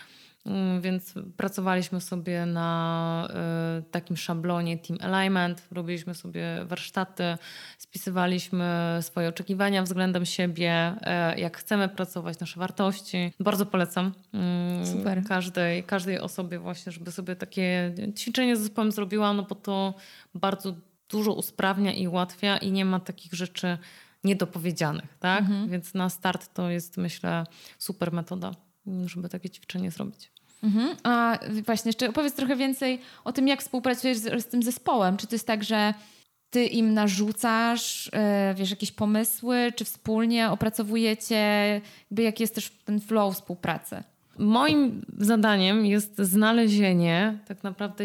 Więc pracowaliśmy sobie na y, takim szablonie Team Alignment, robiliśmy sobie warsztaty, spisywaliśmy swoje oczekiwania względem siebie, y, jak chcemy pracować, nasze wartości. Bardzo polecam y, Super. Każdej, każdej osobie właśnie, żeby sobie takie ćwiczenie z zespołem zrobiła, no bo to bardzo dużo usprawnia i ułatwia i nie ma takich rzeczy niedopowiedzianych, tak? Mhm. Więc na start to jest, myślę, super metoda, żeby takie ćwiczenie zrobić. Mhm. A właśnie jeszcze opowiedz trochę więcej o tym, jak współpracujesz z, z tym zespołem. Czy to jest tak, że ty im narzucasz, yy, wiesz, jakieś pomysły, czy wspólnie opracowujecie, jakby jaki jest też ten flow współpracy? Moim zadaniem jest znalezienie tak naprawdę,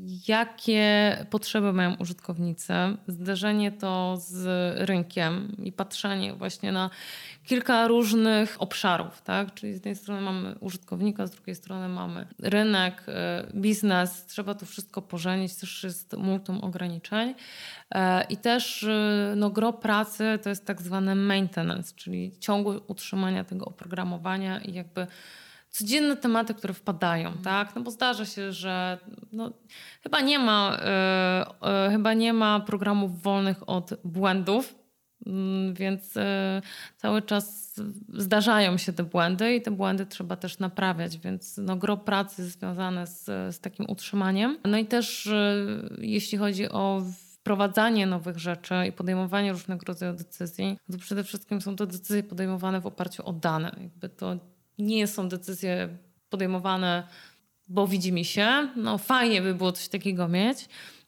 jakie potrzeby mają użytkownicy, zderzenie to z rynkiem i patrzenie właśnie na kilka różnych obszarów. Tak? Czyli z jednej strony mamy użytkownika, z drugiej strony mamy rynek, biznes. Trzeba to wszystko pożenić, też jest multum ograniczeń. I też no, gro pracy to jest tak zwane maintenance, czyli ciągłe utrzymania tego oprogramowania i jakby codzienne tematy, które wpadają, tak? No bo zdarza się, że no, chyba nie ma, yy, yy, chyba nie ma programów wolnych od błędów, yy, więc yy, cały czas zdarzają się te błędy i te błędy trzeba też naprawiać, więc no, gro pracy związane z, z takim utrzymaniem. No i też yy, jeśli chodzi o wprowadzanie nowych rzeczy i podejmowanie różnego rodzaju decyzji, to przede wszystkim są to decyzje podejmowane w oparciu o dane. Jakby to nie są decyzje podejmowane, bo widzi mi się, no fajnie by było coś takiego mieć,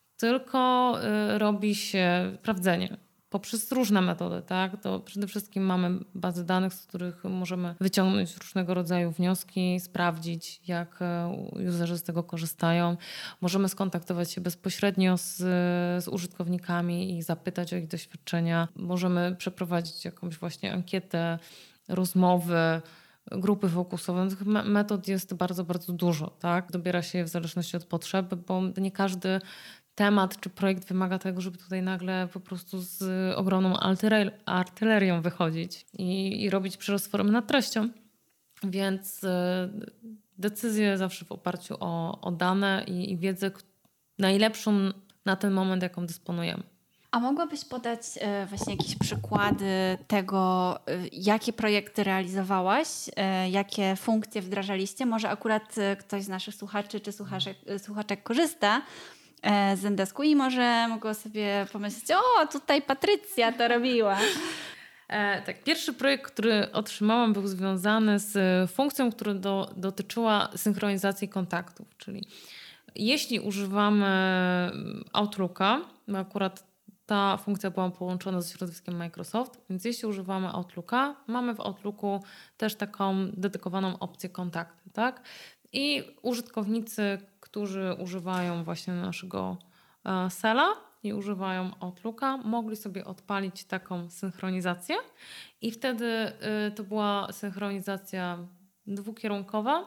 tylko y, robi się sprawdzenie poprzez różne metody. Tak? To przede wszystkim mamy bazy danych, z których możemy wyciągnąć różnego rodzaju wnioski, sprawdzić, jak userzy z tego korzystają. Możemy skontaktować się bezpośrednio z, z użytkownikami i zapytać o ich doświadczenia. Możemy przeprowadzić jakąś właśnie ankietę, rozmowy, grupy fokusowe. Tych metod jest bardzo, bardzo dużo. Tak? Dobiera się je w zależności od potrzeby, bo nie każdy temat czy projekt wymaga tego, żeby tutaj nagle po prostu z ogromną artylerią wychodzić i, i robić przyrost formy nad treścią. Więc decyzje zawsze w oparciu o, o dane i, i wiedzę najlepszą na ten moment, jaką dysponujemy. A mogłabyś podać e, właśnie jakieś przykłady tego, e, jakie projekty realizowałaś, e, jakie funkcje wdrażaliście? Może akurat e, ktoś z naszych słuchaczy czy słuchaczek, słuchaczek korzysta e, z Zendesku i może mogło sobie pomyśleć, o, tutaj Patrycja to robiła. E, tak, pierwszy projekt, który otrzymałam, był związany z funkcją, która do, dotyczyła synchronizacji kontaktów. Czyli jeśli używamy Outlooka, bo akurat ta funkcja była połączona z środowiskiem Microsoft, więc jeśli używamy Outlooka, mamy w Outlooku też taką dedykowaną opcję kontakty, tak? I użytkownicy, którzy używają właśnie naszego uh, Sela i używają Outlooka, mogli sobie odpalić taką synchronizację i wtedy y, to była synchronizacja dwukierunkowa,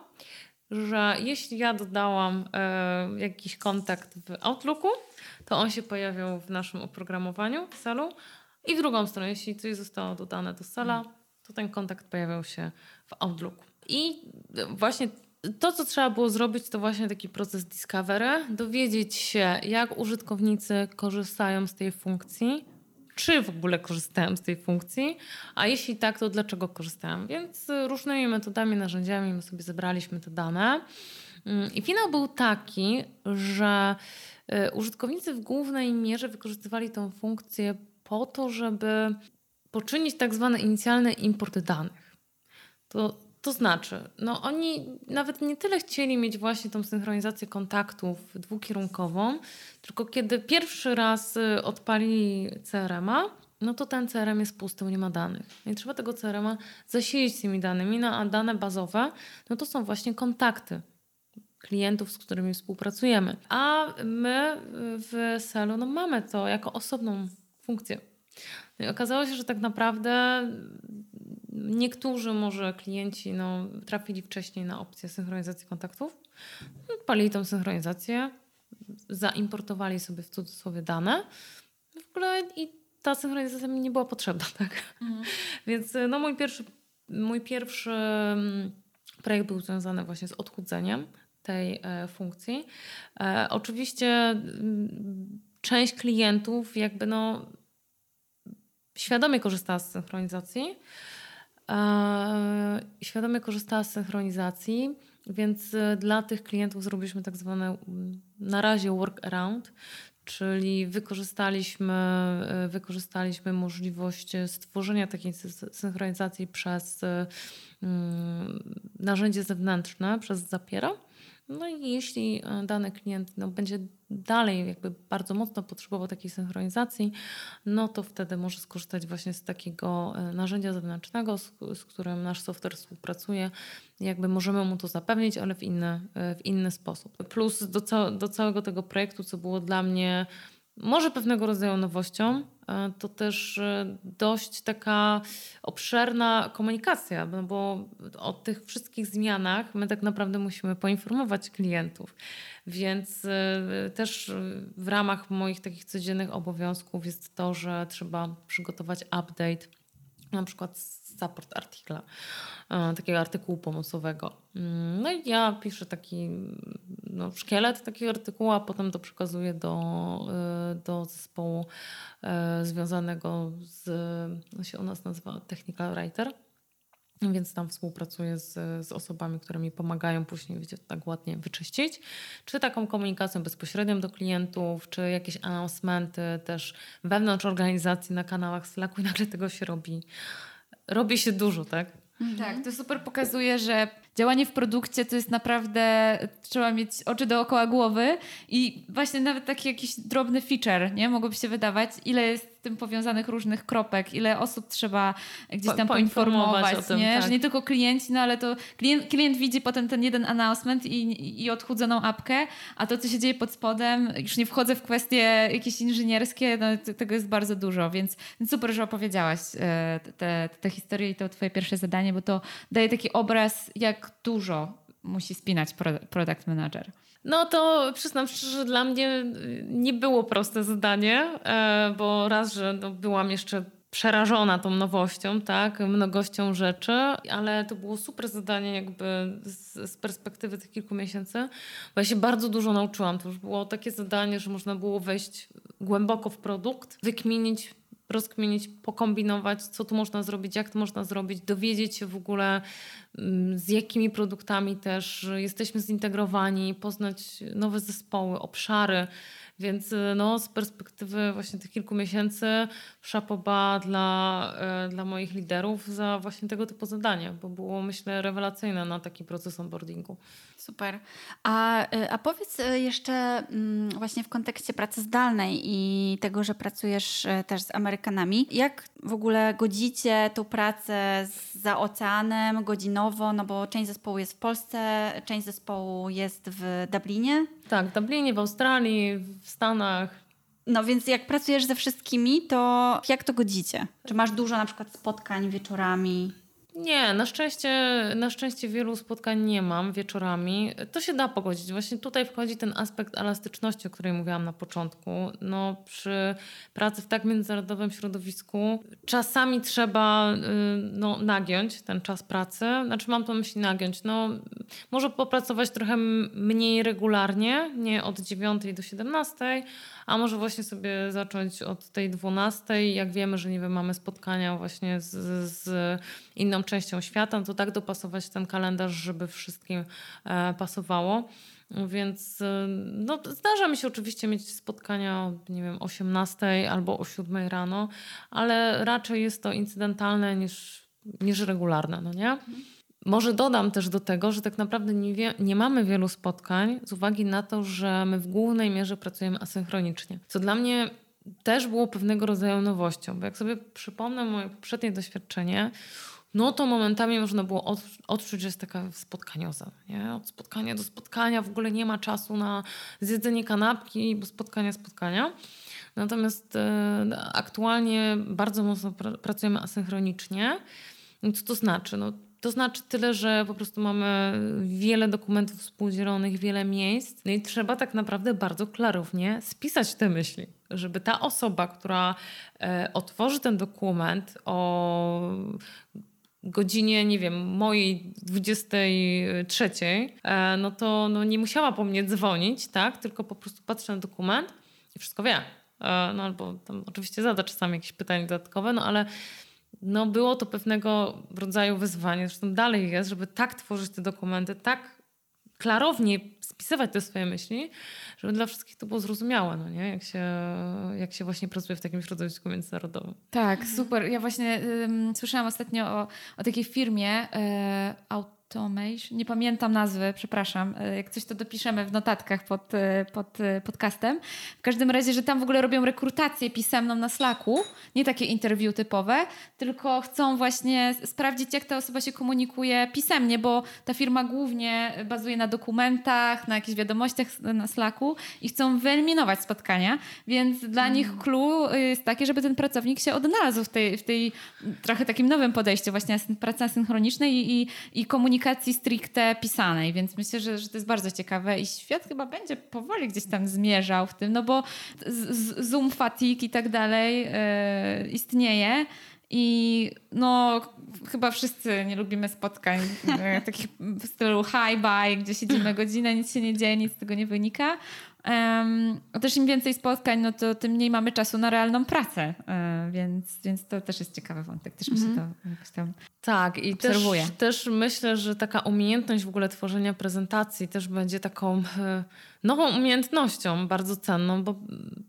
że jeśli ja dodałam y, jakiś kontakt w Outlooku, to on się pojawiał w naszym oprogramowaniu w Selu i w drugą stronę, jeśli coś zostało dodane do Sela, to ten kontakt pojawiał się w Outlooku. I właśnie to, co trzeba było zrobić, to właśnie taki proces discovery, dowiedzieć się, jak użytkownicy korzystają z tej funkcji, czy w ogóle korzystają z tej funkcji, a jeśli tak, to dlaczego korzystają. Więc różnymi metodami, narzędziami my sobie zebraliśmy te dane. I finał był taki, że użytkownicy w głównej mierze wykorzystywali tą funkcję po to, żeby poczynić tak zwany inicjalny import danych. To, to znaczy, no oni nawet nie tyle chcieli mieć właśnie tą synchronizację kontaktów dwukierunkową, tylko kiedy pierwszy raz odpalili C R M a, no to ten C R M jest pusty, nie ma danych. I trzeba tego C R M a zasilić tymi danymi, no a dane bazowe, no to są właśnie kontakty klientów, z którymi współpracujemy. A my w Selu no mamy to jako osobną funkcję. No i okazało się, że tak naprawdę niektórzy może klienci no, trafili wcześniej na opcję synchronizacji kontaktów, odpalili tą synchronizację, zaimportowali sobie w cudzysłowie dane w ogóle i ta synchronizacja mi nie była potrzebna. Tak? Mhm. Więc no, mój pierwszy, mój pierwszy projekt był związany właśnie z odchudzeniem tej e, funkcji. E, oczywiście m, część klientów jakby no świadomie korzystała z synchronizacji. E, świadomie korzystała z synchronizacji, więc dla tych klientów zrobiliśmy tak zwane na razie workaround, czyli wykorzystaliśmy, wykorzystaliśmy możliwość stworzenia takiej synchronizacji przez narzędzie zewnętrzne, przez Zapiera. No i jeśli dany klient no, będzie dalej jakby bardzo mocno potrzebował takiej synchronizacji, no to wtedy może skorzystać właśnie z takiego narzędzia zewnętrznego, z, z którym nasz software współpracuje. Jakby możemy mu to zapewnić, ale w inny, w inny sposób. Plus do, ca- do całego tego projektu, co było dla mnie może pewnego rodzaju nowością, to też dość taka obszerna komunikacja, no bo o tych wszystkich zmianach my tak naprawdę musimy poinformować klientów. Więc też w ramach moich takich codziennych obowiązków jest to, że trzeba przygotować update, na przykład support artikla, takiego artykułu pomocowego. No i ja piszę taki no, szkielet takiego artykułu, a potem to przekazuję do, do zespołu związanego z, no się u nas nazywa Technical Writer, więc tam współpracuję z, z osobami, które mi pomagają później, wiecie, tak ładnie wyczyścić. Czy taką komunikacją bezpośrednią do klientów, czy jakieś announcementy też wewnątrz organizacji na kanałach Slacku i nagle tego się robi. Robi się dużo, tak? Mhm. Tak, to super pokazuje, że działanie w produkcie to jest naprawdę, trzeba mieć oczy dookoła głowy i właśnie nawet taki jakiś drobny feature, nie? Mogłoby się wydawać, ile jest z tym powiązanych różnych kropek, ile osób trzeba gdzieś tam po, poinformować, poinformować o tym, nie? tak. Że nie tylko klienci, no ale to klient, klient widzi potem ten jeden announcement i, i odchudzoną apkę, a to, co się dzieje pod spodem, już nie wchodzę w kwestie jakieś inżynierskie, no, to, tego jest bardzo dużo, więc, więc super, że opowiedziałaś e, te, te historie i to twoje pierwsze zadanie, bo to daje taki obraz, jak dużo musi spinać product manager. No to przyznam szczerze, że dla mnie nie było proste zadanie, bo raz, że no byłam jeszcze przerażona tą nowością, tak, mnogością rzeczy, ale to było super zadanie jakby z, z perspektywy tych kilku miesięcy, bo ja się bardzo dużo nauczyłam. To już było takie zadanie, że można było wejść głęboko w produkt, wykminić, rozkminić, pokombinować, co tu można zrobić, jak to można zrobić, dowiedzieć się w ogóle z jakimi produktami też jesteśmy zintegrowani, poznać nowe zespoły, obszary. Więc no, z perspektywy właśnie tych kilku miesięcy szapoba dla, dla moich liderów za właśnie tego typu zadanie, bo było, myślę, rewelacyjne na taki proces onboardingu. Super. A, a powiedz jeszcze właśnie w kontekście pracy zdalnej i tego, że pracujesz też z Amerykanami, jak w ogóle godzicie tą pracę za oceanem godzinowo, no bo część zespołu jest w Polsce, część zespołu jest w Dublinie? Tak, w Dublinie, w Australii, w Stanach. No więc jak pracujesz ze wszystkimi, to jak to godzicie? Czy masz dużo na przykład spotkań wieczorami? Nie, na szczęście, na szczęście wielu spotkań nie mam wieczorami. To się da pogodzić. Właśnie tutaj wchodzi ten aspekt elastyczności, o której mówiłam na początku. No, przy pracy w tak międzynarodowym środowisku czasami trzeba no, nagiąć ten czas pracy. Znaczy mam to na myśli nagiąć. No, może popracować trochę mniej regularnie, nie od dziewiątej do siedemnastej, a może właśnie sobie zacząć od tej dwunastej. Jak wiemy, że nie wiem, mamy spotkania właśnie z, z inną częścią świata, to tak dopasować ten kalendarz, żeby wszystkim e, pasowało. Więc no, zdarza mi się oczywiście mieć spotkania nie wiem, o osiemnastej albo o siódmej rano, ale raczej jest to incydentalne niż, niż regularne, no nie? Może dodam też do tego, że tak naprawdę nie, wie, nie mamy wielu spotkań z uwagi na to, że my w głównej mierze pracujemy asynchronicznie. Co dla mnie też było pewnego rodzaju nowością, bo jak sobie przypomnę moje poprzednie doświadczenie, no to momentami można było odczuć, że jest taka spotkanioza. Nie? Od spotkania do spotkania w ogóle nie ma czasu na zjedzenie kanapki, bo spotkania, spotkania. Natomiast e, aktualnie bardzo mocno pr- pracujemy asynchronicznie. I co to znaczy? No, to znaczy tyle, że po prostu mamy wiele dokumentów współdzielonych, wiele miejsc. No i trzeba tak naprawdę bardzo klarownie spisać te myśli, żeby ta osoba, która e, otworzy ten dokument o godzinie, nie wiem, mojej dwudziestej trzeciej, no to no nie musiała po mnie dzwonić, tak? Tylko po prostu patrzę na dokument i wszystko wie. No albo tam oczywiście zada czasami jakieś pytania dodatkowe, no ale no było to pewnego rodzaju wyzwanie, zresztą dalej jest, żeby tak tworzyć te dokumenty, tak klarownie spisywać te swoje myśli, żeby dla wszystkich to było zrozumiałe, no nie? Jak się, jak się właśnie pracuje w takim środowisku międzynarodowym. Tak, super. Ja właśnie um, słyszałam ostatnio o, o takiej firmie e, Automation, nie pamiętam nazwy, przepraszam. Jak coś to dopiszemy w notatkach pod, pod podcastem. W każdym razie, że tam w ogóle robią rekrutację pisemną na Slacku, nie takie interview typowe, tylko chcą właśnie sprawdzić, jak ta osoba się komunikuje pisemnie, bo ta firma głównie bazuje na dokumentach, na jakichś wiadomościach na Slacku i chcą wyeliminować spotkania, więc dla mm. nich clue jest takie, żeby ten pracownik się odnalazł w tej, w tej trochę takim nowym podejściu właśnie pracy asynchronicznej i, i, i komunikacji stricte pisanej, więc myślę, że, że to jest bardzo ciekawe i świat chyba będzie powoli gdzieś tam zmierzał w tym, no bo z, z, Zoom fatigue i tak dalej yy, istnieje i no chyba wszyscy nie lubimy spotkań yy, takich w stylu hi, bye, gdzie siedzimy godzinę, nic się nie dzieje, nic z tego nie wynika. Um, też im więcej spotkań, no to tym mniej mamy czasu na realną pracę, uh, więc, więc to też jest ciekawy wątek. Też mi się to jakoś tam tak, i obserwuje. Też, też myślę, że taka umiejętność w ogóle tworzenia prezentacji też będzie taką e, nową umiejętnością, bardzo cenną, bo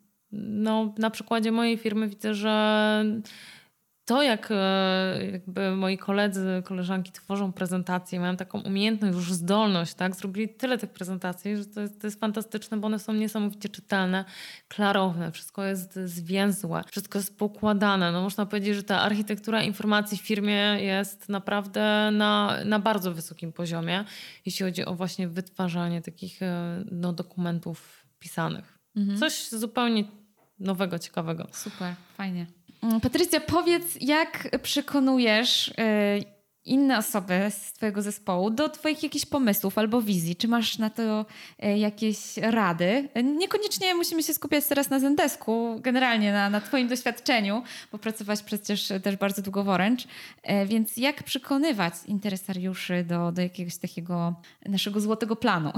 no, na przykładzie mojej firmy widzę, że to, jak jakby moi koledzy, koleżanki tworzą prezentacje, mają taką umiejętność, już zdolność, tak? Zrobili tyle tych prezentacji, że to jest, to jest fantastyczne, bo one są niesamowicie czytelne, klarowne, wszystko jest zwięzłe, wszystko jest poukładane. No, można powiedzieć, że ta architektura informacji w firmie jest naprawdę na, na bardzo wysokim poziomie, jeśli chodzi o właśnie wytwarzanie takich no, dokumentów pisanych. Mhm. Coś zupełnie nowego, ciekawego. Super, fajnie. Patrycja, powiedz, jak przekonujesz inne osoby z twojego zespołu do twoich jakichś pomysłów albo wizji? Czy masz na to jakieś rady? Niekoniecznie musimy się skupiać teraz na Zendesku, generalnie na, na twoim doświadczeniu, bo pracowałaś przecież też bardzo długo w Orange. Więc jak przekonywać interesariuszy do, do jakiegoś takiego naszego złotego planu?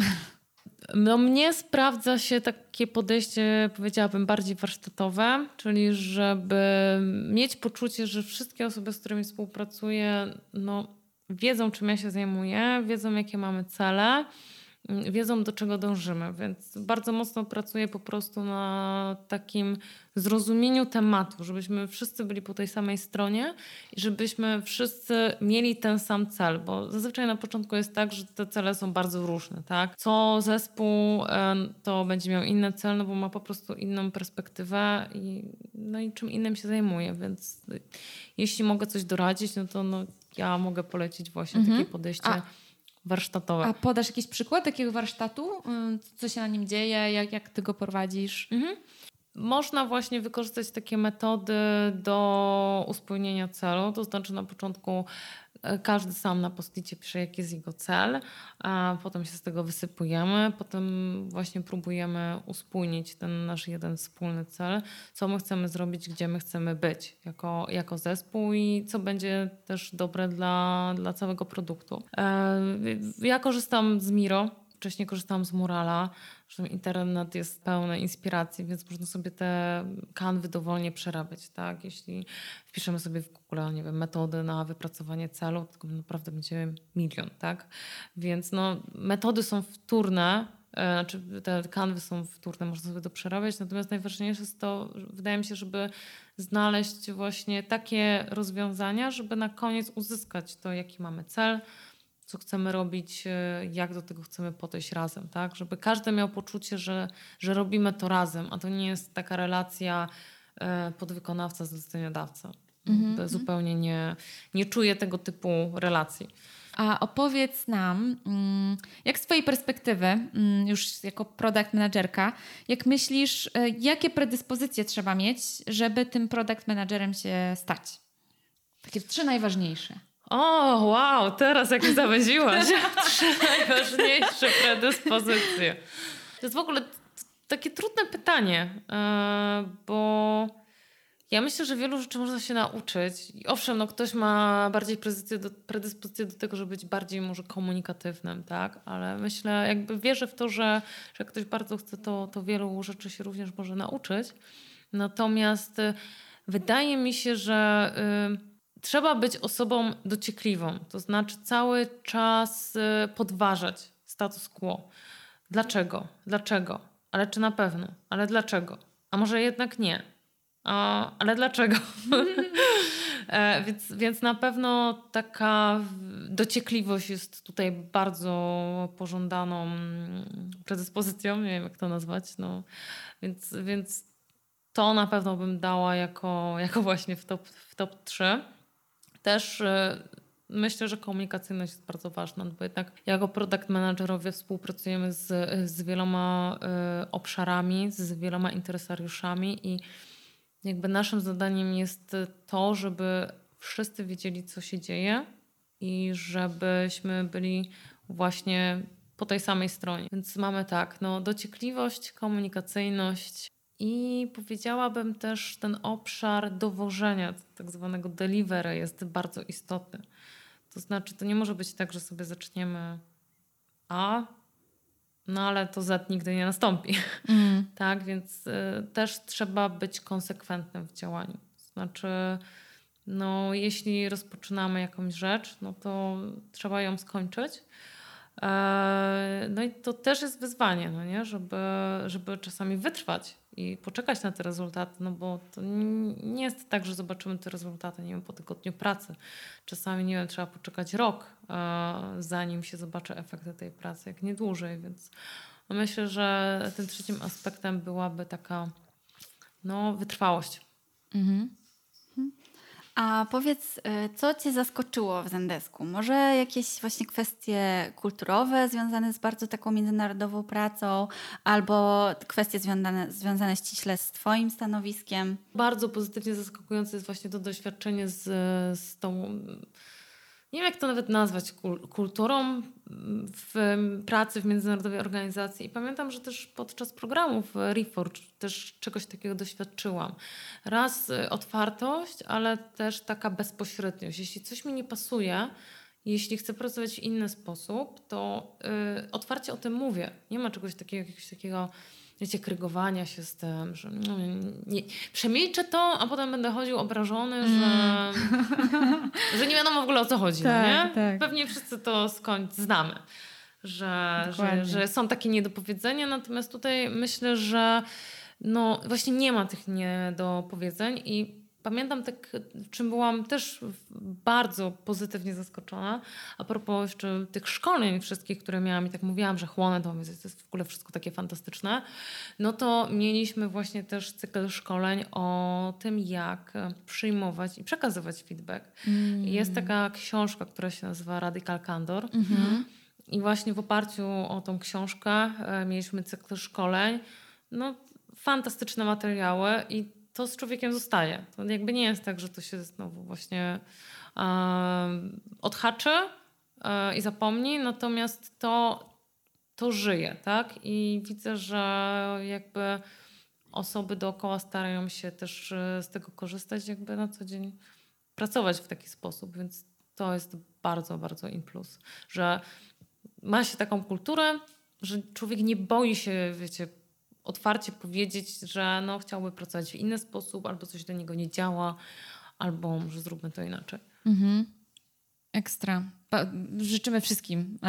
No mnie sprawdza się takie podejście, powiedziałabym, bardziej warsztatowe, czyli żeby mieć poczucie, że wszystkie osoby, z którymi współpracuję, no, wiedzą, czym ja się zajmuję, wiedzą, jakie mamy cele, wiedzą, do czego dążymy. Więc bardzo mocno pracuję po prostu na takim zrozumieniu tematu, żebyśmy wszyscy byli po tej samej stronie i żebyśmy wszyscy mieli ten sam cel, bo zazwyczaj na początku jest tak, że te cele są bardzo różne, tak? Co zespół to będzie miał inny cel, no bo ma po prostu inną perspektywę i, no i czym innym się zajmuje, więc jeśli mogę coś doradzić, no to no, ja mogę polecić właśnie mhm. takie podejście A. warsztatowe. A podasz jakiś przykład takiego warsztatu? Co się na nim dzieje? Jak, jak ty go prowadzisz? Mhm. Można właśnie wykorzystać takie metody do uspójnienia celu. To znaczy na początku każdy sam na post-icie pisze, jaki jest jego cel, a potem się z tego wysypujemy, potem właśnie próbujemy uspójnić ten nasz jeden wspólny cel, co my chcemy zrobić, gdzie my chcemy być jako, jako zespół i co będzie też dobre dla, dla całego produktu. Ja korzystam z Miro. Wcześniej korzystałam z Murala, że internet jest pełny inspiracji, więc można sobie te kanwy dowolnie przerabiać. Tak? Jeśli wpiszemy sobie w Google, nie wiem, metody na wypracowanie celu, to naprawdę będzie milion. Tak? Więc no, metody są wtórne, znaczy te kanwy są wtórne, można sobie to przerabiać, natomiast najważniejsze jest to, wydaje mi się, żeby znaleźć właśnie takie rozwiązania, żeby na koniec uzyskać to, jaki mamy cel, co chcemy robić, jak do tego chcemy podejść razem, tak? Żeby każdy miał poczucie, że, że robimy to razem, a to nie jest taka relacja podwykonawca zleceniodawca. Mm-hmm. Zupełnie nie, nie czuję tego typu relacji. A opowiedz nam, jak z twojej perspektywy, już jako product managerka, jak myślisz, jakie predyspozycje trzeba mieć, żeby tym product managerem się stać? Takie trzy najważniejsze. O, wow, teraz jak mi zawęziłaś. Trzy najważniejsze predyspozycje. To jest w ogóle takie trudne pytanie, bo Ja myślę, że wielu rzeczy można się nauczyć. I owszem, no ktoś ma bardziej predyspozycję do, predyspozycję do tego, żeby być bardziej może komunikatywnym, tak? Ale myślę, jakby wierzę w to, że, że jak ktoś bardzo chce, to, to wielu rzeczy się również może nauczyć. Natomiast y, wydaje mi się, że y, trzeba być osobą dociekliwą. To znaczy cały czas y, podważać status quo. Dlaczego? Dlaczego? Ale czy na pewno? Ale dlaczego? A może jednak nie? A, ale dlaczego? e, więc, więc na pewno taka dociekliwość jest tutaj bardzo pożądaną predyspozycją, nie wiem jak to nazwać, no. więc, więc to na pewno bym dała jako, jako właśnie w top, w top trzy. Też e, myślę, że komunikacyjność jest bardzo ważna, bo jednak jako product managerowie współpracujemy z, z wieloma y, obszarami, z wieloma interesariuszami i jakby naszym zadaniem jest to, żeby wszyscy wiedzieli, co się dzieje i żebyśmy byli właśnie po tej samej stronie. Więc mamy tak, no dociekliwość, komunikacyjność i powiedziałabym też ten obszar dowożenia, tak zwanego delivery jest bardzo istotny. To znaczy, to nie może być tak, że sobie zaczniemy A, no ale to Z nigdy nie nastąpi. Mm. Tak, więc y, też trzeba być konsekwentnym w działaniu. To znaczy, no jeśli rozpoczynamy jakąś rzecz, no to trzeba ją skończyć. E, no i to też jest wyzwanie, no nie? Żeby, żeby czasami wytrwać i poczekać na te rezultaty, no bo to nie jest tak, że zobaczymy te rezultaty, nie wiem, po tygodniu pracy. Czasami, nie wiem, trzeba poczekać rok, e, zanim się zobaczy efekty tej pracy, jak nie dłużej, więc myślę, że tym trzecim aspektem byłaby taka no, wytrwałość. Mhm. A powiedz, co Cię zaskoczyło w Zendesku? Może jakieś właśnie kwestie kulturowe związane z bardzo taką międzynarodową pracą albo kwestie związane, związane ściśle z Twoim stanowiskiem? Bardzo pozytywnie zaskakujące jest właśnie to doświadczenie z, z tą, nie wiem jak to nawet nazwać, kulturą w pracy w międzynarodowej organizacji. I pamiętam, że też podczas programów Reforge też czegoś takiego doświadczyłam. Raz otwartość, ale też taka bezpośredniość. Jeśli coś mi nie pasuje, jeśli chcę pracować w inny sposób, to yy, otwarcie o tym mówię. Nie ma czegoś takiego, jakiegoś takiego wiecie, krygowania się z tym, że no, nie, przemilczę to, a potem będę chodził obrażony, mm. że, że nie wiadomo w ogóle o co chodzi. Tak, no nie? Tak. Pewnie wszyscy to skąd znamy, że, że, że są takie niedopowiedzenia, natomiast tutaj myślę, że no właśnie nie ma tych niedopowiedzeń i pamiętam tak, czym byłam też bardzo pozytywnie zaskoczona, a propos jeszcze tych szkoleń wszystkich, które miałam i tak mówiłam, że chłonę to, to jest w ogóle wszystko takie fantastyczne, no to mieliśmy właśnie też cykl szkoleń o tym, jak przyjmować i przekazywać feedback. Mm. Jest taka książka, która się nazywa Radical Candor. Mm-hmm. I właśnie w oparciu o tą książkę mieliśmy cykl szkoleń. No, fantastyczne materiały i to z człowiekiem zostaje. To jakby nie jest tak, że to się znowu właśnie um, odhaczy um, i zapomni, natomiast to, to żyje, tak? I widzę, że jakby osoby dookoła starają się też z tego korzystać, jakby na co dzień pracować w taki sposób, więc to jest bardzo, bardzo in plus, że ma się taką kulturę, że człowiek nie boi się, wiecie, otwarcie powiedzieć, że no, chciałby pracować w inny sposób, albo coś do niego nie działa, albo może zróbmy to inaczej. Mhm. Ekstra. Życzymy wszystkim e,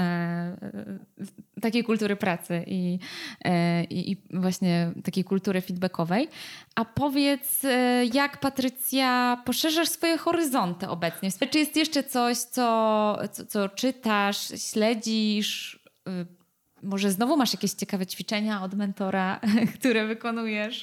e, takiej kultury pracy i, e, i właśnie takiej kultury feedbackowej. A powiedz, e, jak Patrycja poszerzasz swoje horyzonty obecnie? Czy jest jeszcze coś, co, co, co czytasz, śledzisz? E, Może znowu masz jakieś ciekawe ćwiczenia od mentora, które wykonujesz?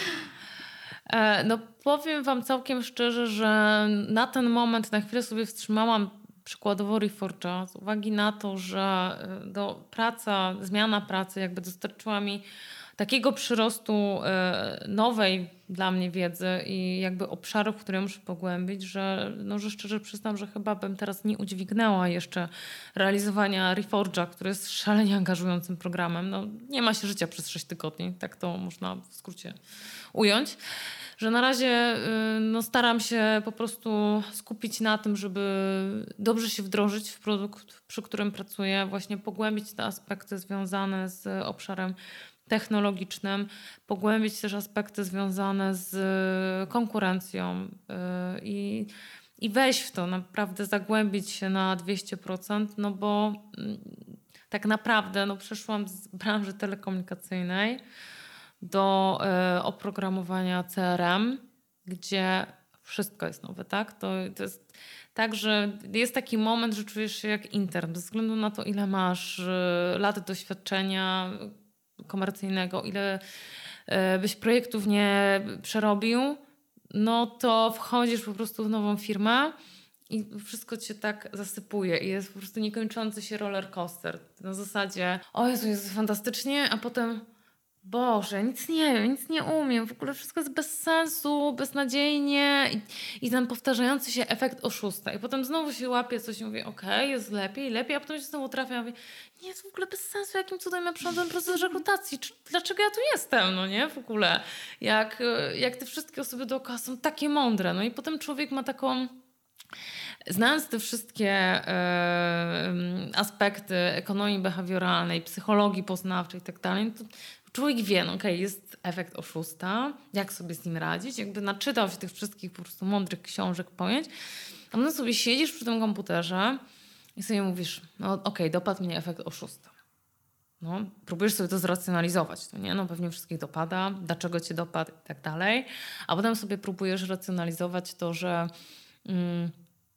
No powiem wam całkiem szczerze, że na ten moment na chwilę sobie wstrzymałam przykładowo Reforge'a z uwagi na to, że do praca, zmiana pracy jakby dostarczyła mi takiego przyrostu nowej dla mnie wiedzy i jakby obszarów, które muszę pogłębić, że, no, że szczerze przyznam, że chyba bym teraz nie udźwignęła jeszcze realizowania Reforge'a, który jest szalenie angażującym programem. No, nie ma się życia przez sześć tygodni, tak to można w skrócie ująć. Że na razie no, staram się po prostu skupić na tym, żeby dobrze się wdrożyć w produkt, przy którym pracuję, właśnie pogłębić te aspekty związane z obszarem technologicznym, pogłębić też aspekty związane z konkurencją yy, i, i wejść w to, naprawdę zagłębić się na dwieście procent, no bo yy, tak naprawdę no, przeszłam z branży telekomunikacyjnej do y, oprogramowania C R M, gdzie wszystko jest nowe, tak? To, to jest tak, że jest taki moment, że czujesz się jak intern, bez względu na to, ile masz y, lat doświadczenia komercyjnego, ile y, byś projektów nie przerobił, no to wchodzisz po prostu w nową firmę i wszystko cię tak zasypuje i jest po prostu niekończący się roller coaster. Na zasadzie, o Jezu, jest fantastycznie, a potem Boże, nic nie wiem, nic nie umiem, w ogóle wszystko jest bez sensu, beznadziejnie i, i ten powtarzający się efekt oszusta. I potem znowu się łapie coś i mówię, okej, okay, jest lepiej, lepiej, a potem się znowu trafia i mówię, nie, jest w ogóle bez sensu, jakim cudem ja przechodzę proces rekrutacji, Czy, dlaczego ja tu jestem, no nie, w ogóle. Jak, jak te wszystkie osoby dookoła są takie mądre, no i potem człowiek ma taką... Znając te wszystkie y, aspekty ekonomii behawioralnej, psychologii poznawczej i tak dalej, to człowiek wie, no okej, okay, jest efekt oszusta, jak sobie z nim radzić, jakby naczytał się tych wszystkich po prostu mądrych książek, pojęć, a potem sobie siedzisz przy tym komputerze i sobie mówisz, no okej, okay, dopadł mnie efekt oszusta. No, próbujesz sobie to zracjonalizować, no nie? No pewnie wszystkich dopada, dlaczego cię dopadł i tak dalej, a potem sobie próbujesz racjonalizować to, że mm,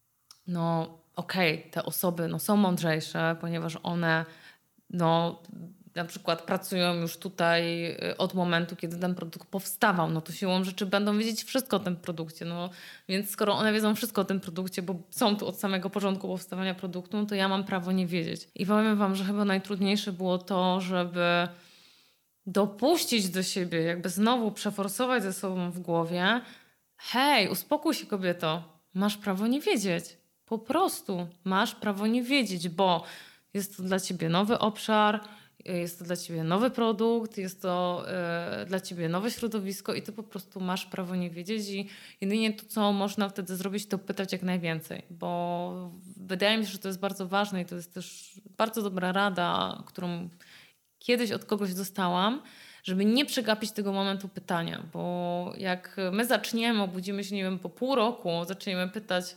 no okej, okay, te osoby no, są mądrzejsze, ponieważ one no na przykład pracują już tutaj od momentu, kiedy ten produkt powstawał, no to siłą rzeczy będą wiedzieć wszystko o tym produkcie. No, więc skoro one wiedzą wszystko o tym produkcie, bo są tu od samego początku powstawania produktu, no to ja mam prawo nie wiedzieć. I powiem wam, że chyba najtrudniejsze było to, żeby dopuścić do siebie, jakby znowu przeforsować ze sobą w głowie, hej, uspokój się kobieto, masz prawo nie wiedzieć. Po prostu masz prawo nie wiedzieć, bo jest to dla ciebie nowy obszar, jest to dla ciebie nowy produkt, jest to y, dla ciebie nowe środowisko i ty po prostu masz prawo nie wiedzieć i jedynie to, co można wtedy zrobić, to pytać jak najwięcej, bo wydaje mi się, że to jest bardzo ważne i to jest też bardzo dobra rada, którą kiedyś od kogoś dostałam, żeby nie przegapić tego momentu pytania, bo jak my zaczniemy, obudzimy się, nie wiem, po pół roku, zaczniemy pytać,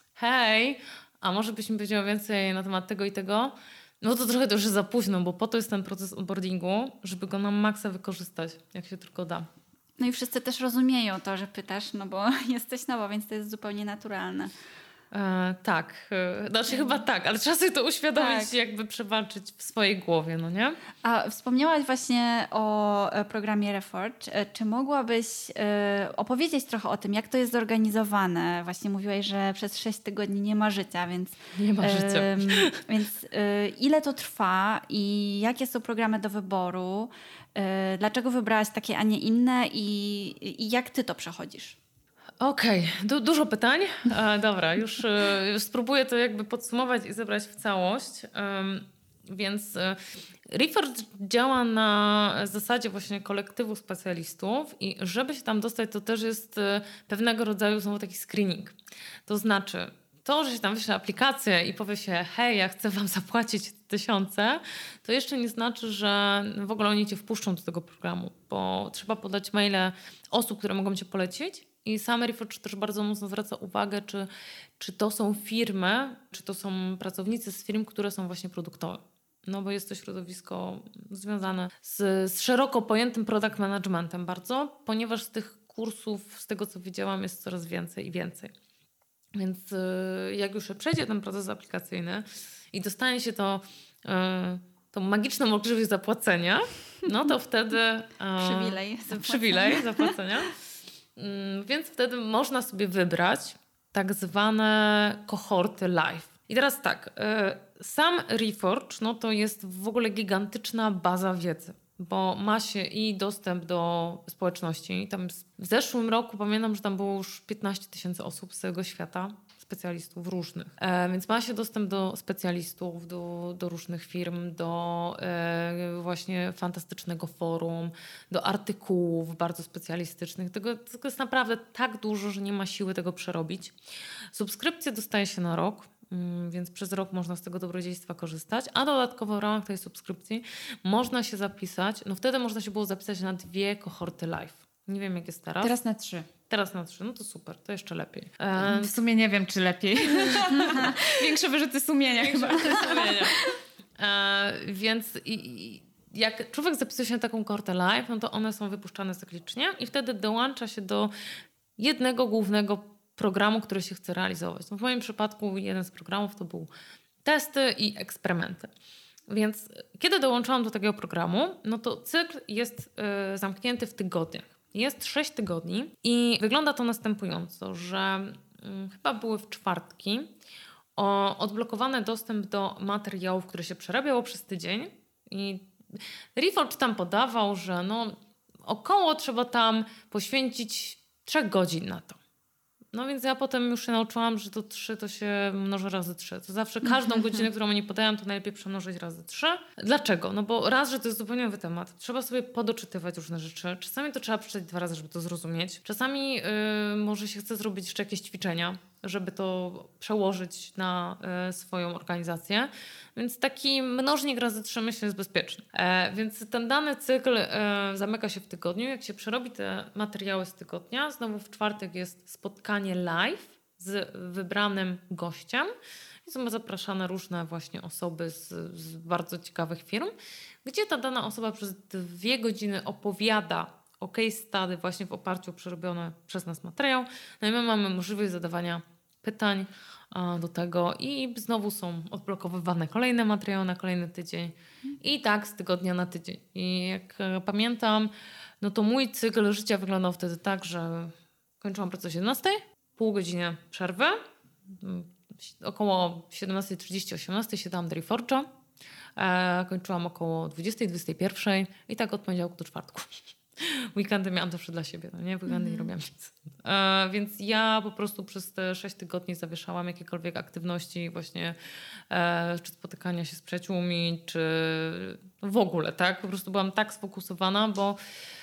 hej, a może byś mi powiedział więcej na temat tego i tego, no to trochę to już jest za późno, bo po to jest ten proces onboardingu, żeby go na maksa wykorzystać, jak się tylko da. No i wszyscy też rozumieją to, że pytasz, no bo jesteś nowa, więc to jest zupełnie naturalne. E, tak, e, znaczy chyba tak, ale trzeba sobie to uświadomić, tak. Jakby przewalczyć w swojej głowie, no nie? A wspomniałaś właśnie o programie Reforge. Czy mogłabyś e, opowiedzieć trochę o tym, jak to jest zorganizowane? Właśnie mówiłaś, że przez sześć tygodni nie ma życia, więc... Nie ma życia. E, więc e, ile to trwa i jakie są programy do wyboru? E, dlaczego wybrałaś takie, a nie inne i, i jak ty to przechodzisz? Okej, okay. du- dużo pytań. E, dobra, już, e, już spróbuję to jakby podsumować i zebrać w całość. E, więc e, Reforge działa na zasadzie właśnie kolektywu specjalistów i żeby się tam dostać, to też jest e, pewnego rodzaju znowu taki screening. To znaczy, to, że się tam wyśle aplikację i powie się, hej, ja chcę wam zapłacić tysiące, to jeszcze nie znaczy, że w ogóle oni cię wpuszczą do tego programu, bo trzeba podać maile osób, które mogą cię polecić. I sam Reforge też bardzo mocno zwraca uwagę, czy, czy to są firmy, czy to są pracownicy z firm, które są właśnie produktowe. No bo jest to środowisko związane z, z szeroko pojętym product managementem bardzo, ponieważ z tych kursów, z tego co widziałam, jest coraz więcej i więcej. Więc jak już się przejdzie ten proces aplikacyjny i dostanie się to, tą magiczną możliwość zapłacenia, no to wtedy... Przywilej zapłacenia. Przywilej zapłacenia. Więc wtedy można sobie wybrać tak zwane kohorty live. I teraz tak, sam Reforge no to jest w ogóle gigantyczna baza wiedzy. bo ma się i dostęp do społeczności. Tam w zeszłym roku pamiętam, że tam było już piętnaście tysięcy osób z całego świata, specjalistów różnych. E, więc ma się dostęp do specjalistów, do, do różnych firm, do e, właśnie fantastycznego forum, do artykułów bardzo specjalistycznych. Tego, tego jest naprawdę tak dużo, że nie ma siły tego przerobić. Subskrypcje dostaje się na rok, więc przez rok można z tego dobrodziejstwa korzystać, a dodatkowo w ramach tej subskrypcji można się zapisać, no wtedy można się było zapisać na dwie kohorty live. Nie wiem jak jest teraz. Teraz na trzy. Teraz na trzy, no to super, to jeszcze lepiej. W sumie nie wiem, czy lepiej. Większe wyrzuty sumienia chyba. Sumienia. E, więc i, jak człowiek zapisuje się na taką kohortę live, no to one są wypuszczane cyklicznie i wtedy dołącza się do jednego głównego programu, który się chce realizować. No w moim przypadku jeden z programów to był testy i eksperymenty. Więc kiedy dołączałam do takiego programu, no to cykl jest y, zamknięty w tygodniach. Jest sześć tygodni i wygląda to następująco, że y, chyba były w czwartki o, odblokowany dostęp do materiałów, które się przerabiało przez tydzień i Reforge tam podawał, że no około trzeba tam poświęcić trzech godzin na to. No więc ja potem już się nauczyłam, że to trzy to się mnoży razy trzy. To zawsze każdą godzinę, którą oni podają, to najlepiej przemnożyć razy trzy. Dlaczego? No bo raz, że to jest zupełnie nowy temat. Trzeba sobie podoczytywać różne rzeczy. Czasami to trzeba przeczytać dwa razy, żeby to zrozumieć. Czasami yy, może się chce zrobić jeszcze jakieś ćwiczenia, żeby to przełożyć na y, swoją organizację. Więc taki mnożnik razy trzy myślę jest bezpieczny. E, więc ten dany cykl y, zamyka się w tygodniu. Jak się przerobi te materiały z tygodnia, znowu w czwartek jest spotkanie live z wybranym gościem. I są zapraszane różne właśnie osoby z, z bardzo ciekawych firm, gdzie ta dana osoba przez dwie godziny opowiada o case study właśnie w oparciu o przerobiony przez nas materiał. No i my mamy możliwość zadawania pytań do tego i znowu są odblokowywane kolejne materiały na kolejny tydzień i tak z tygodnia na tydzień. I jak pamiętam, no to mój cykl życia wyglądał wtedy tak, że kończyłam pracę o siedemnastej, pół godziny przerwy, około siedemnasta trzydzieści osiemnasta siadałam do Reforge'a, kończyłam około dwudziesta dwudziesta jedna i tak od poniedziałku do czwartku. Weekendy miałam zawsze dla siebie, no nie? Weekendy mm. nie robiłam nic. E, więc ja po prostu przez te sześć tygodni zawieszałam jakiekolwiek aktywności właśnie e, czy spotykania się z przyjaciółmi, czy w ogóle, tak? Po prostu byłam tak sfokusowana, bo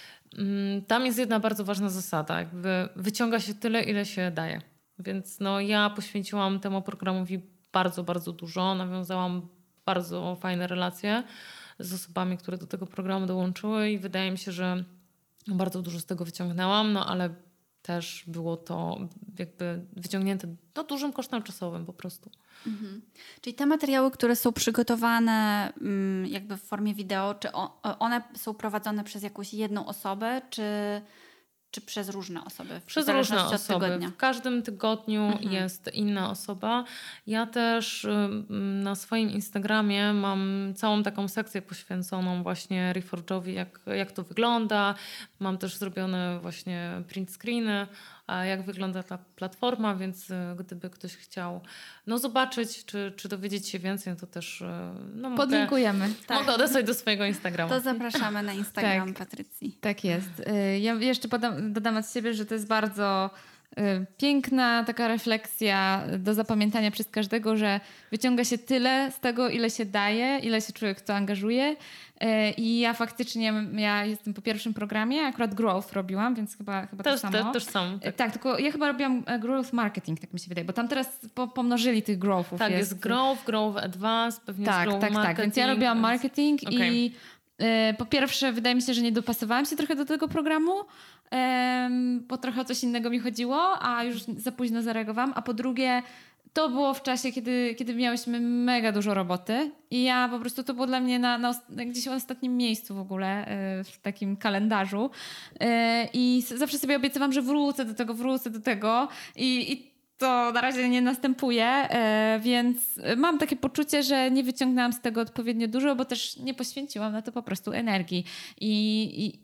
mm, tam jest jedna bardzo ważna zasada. Jakby wyciąga się tyle, ile się daje. Więc no ja poświęciłam temu programowi bardzo, bardzo dużo. Nawiązałam bardzo fajne relacje z osobami, które do tego programu dołączyły i wydaje mi się, że bardzo dużo z tego wyciągnęłam, no ale też było to jakby wyciągnięte no, dużym kosztem czasowym po prostu. Mhm. Czyli te materiały, które są przygotowane jakby w formie wideo, czy one są prowadzone przez jakąś jedną osobę, czy, czy przez różne osoby? Przez różne osoby. W każdym tygodniu mhm. jest inna osoba. Ja też na swoim Instagramie mam całą taką sekcję poświęconą właśnie Reforge'owi, jak, jak to wygląda. Mam też zrobione właśnie print screeny, jak wygląda ta platforma, więc gdyby ktoś chciał no, zobaczyć, czy, czy dowiedzieć się więcej, to też no, mogę, podlinkujemy. Tak. Mogę odesłać do swojego Instagrama. To zapraszamy na Instagram tak, Patrycji. Tak jest. Ja jeszcze podam, dodam od siebie, że to jest bardzo piękna taka refleksja do zapamiętania przez każdego, że wyciąga się tyle z tego, ile się daje, ile się człowiek w to angażuje. I ja faktycznie, ja jestem po pierwszym programie, akurat growth robiłam, więc chyba, chyba to, to samo. To, też samo. Tak. tak, tylko ja chyba robiłam growth marketing, tak mi się wydaje, bo tam teraz po, pomnożyli tych growthów. Tak, jest, jest growth, growth advanced, pewnie tak, jest growth tak, marketing. Tak, więc ja robiłam marketing okay. i y, po pierwsze wydaje mi się, że nie dopasowałam się trochę do tego programu, y, bo trochę o coś innego mi chodziło, a już za późno zareagowałam, a po drugie to było w czasie, kiedy, kiedy miałyśmy mega dużo roboty i ja po prostu to było dla mnie na, na, na gdzieś w ostatnim miejscu w ogóle yy, w takim kalendarzu yy, i zawsze sobie obiecywałam, że wrócę do tego, wrócę do tego i, i to na razie nie następuje, yy, więc mam takie poczucie, że nie wyciągnęłam z tego odpowiednio dużo, bo też nie poświęciłam na to po prostu energii i, i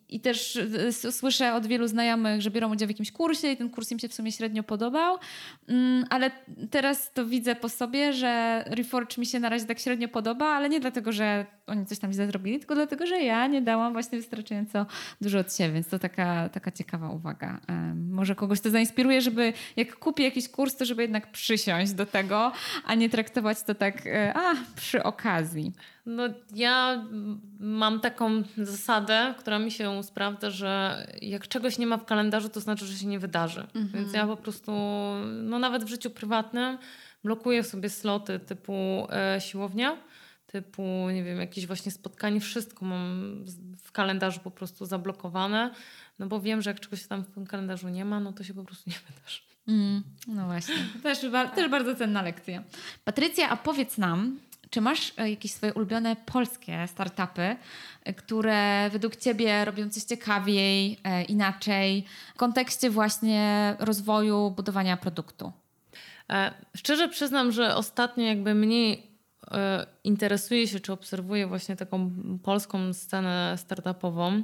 i też słyszę od wielu znajomych, że biorą udział w jakimś kursie i ten kurs im się w sumie średnio podobał, ale teraz to widzę po sobie, że Reforge mi się na razie tak średnio podoba, ale nie dlatego, że oni coś tam źle zrobili, tylko dlatego, że ja nie dałam właśnie wystarczająco dużo od siebie, więc to taka, taka ciekawa uwaga. Może kogoś to zainspiruje, żeby jak kupi jakiś kurs, to żeby jednak przysiąść do tego, a nie traktować to tak a, przy okazji. No ja mam taką zasadę, która mi się sprawdza, że jak czegoś nie ma w kalendarzu, to znaczy, że się nie wydarzy. Mhm. Więc ja po prostu, no nawet w życiu prywatnym blokuję sobie sloty typu e, siłownia, typu, nie wiem, jakieś właśnie spotkanie. Wszystko mam w kalendarzu po prostu zablokowane, no bo wiem, że jak czegoś tam w tym kalendarzu nie ma, no to się po prostu nie wydarzy. Mm, no właśnie. Też, też bardzo cenna lekcja. Patrycja, a powiedz nam, czy masz jakieś swoje ulubione polskie startupy, które według ciebie robią coś ciekawiej, e, inaczej w kontekście właśnie rozwoju, budowania produktu? E, szczerze przyznam, że ostatnio jakby mniej e, interesuję się, czy obserwuję właśnie taką polską scenę startupową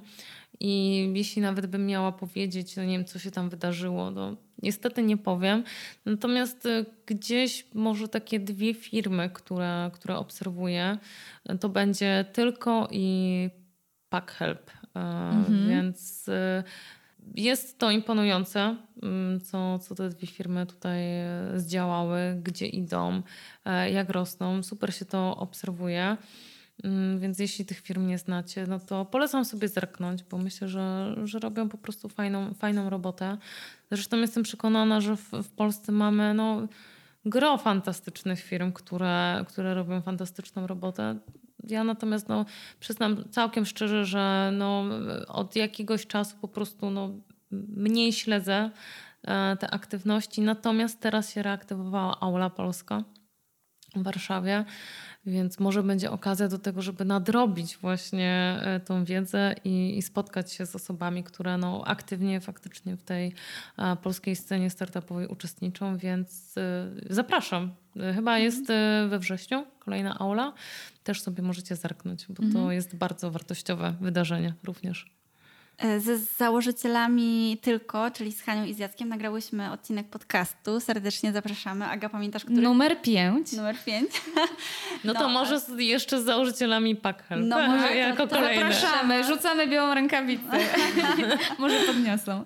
i jeśli nawet bym miała powiedzieć, no nie wiem, co się tam wydarzyło, to niestety nie powiem. Natomiast gdzieś może takie dwie firmy, które, które obserwuję, to będzie Tylko i PackHelp. Mhm. Więc jest to imponujące, co, co te dwie firmy tutaj zdziałały, gdzie idą, jak rosną. Super się to obserwuje. Więc jeśli tych firm nie znacie, no to polecam sobie zerknąć, bo myślę, że, że robią po prostu fajną, fajną robotę. Zresztą jestem przekonana, że w, w Polsce mamy no, gro fantastycznych firm, które, które robią fantastyczną robotę. Ja natomiast no, przyznam całkiem szczerze, że no, od jakiegoś czasu po prostu no, mniej śledzę e, te aktywności. Natomiast teraz się reaktywowała Aula Polska w Warszawie. Więc może będzie okazja do tego, żeby nadrobić właśnie tą wiedzę i, i spotkać się z osobami, które no, aktywnie faktycznie w tej a, polskiej scenie startupowej uczestniczą, więc y, zapraszam. Chyba mhm. jest y, we wrześniu kolejna aula. Też sobie możecie zerknąć, bo mhm. to jest bardzo wartościowe wydarzenie również. Ze założycielami Tylko, czyli z Hanią i z Jackiem, nagrałyśmy odcinek podcastu. Serdecznie zapraszamy. Aga, pamiętasz, który? Numer pięć. Numer pięć. No, no to może z, jeszcze z założycielami PackHelp. No może jako to, kolejne. Zapraszamy, rzucamy białą rękawicę. Może podniosą.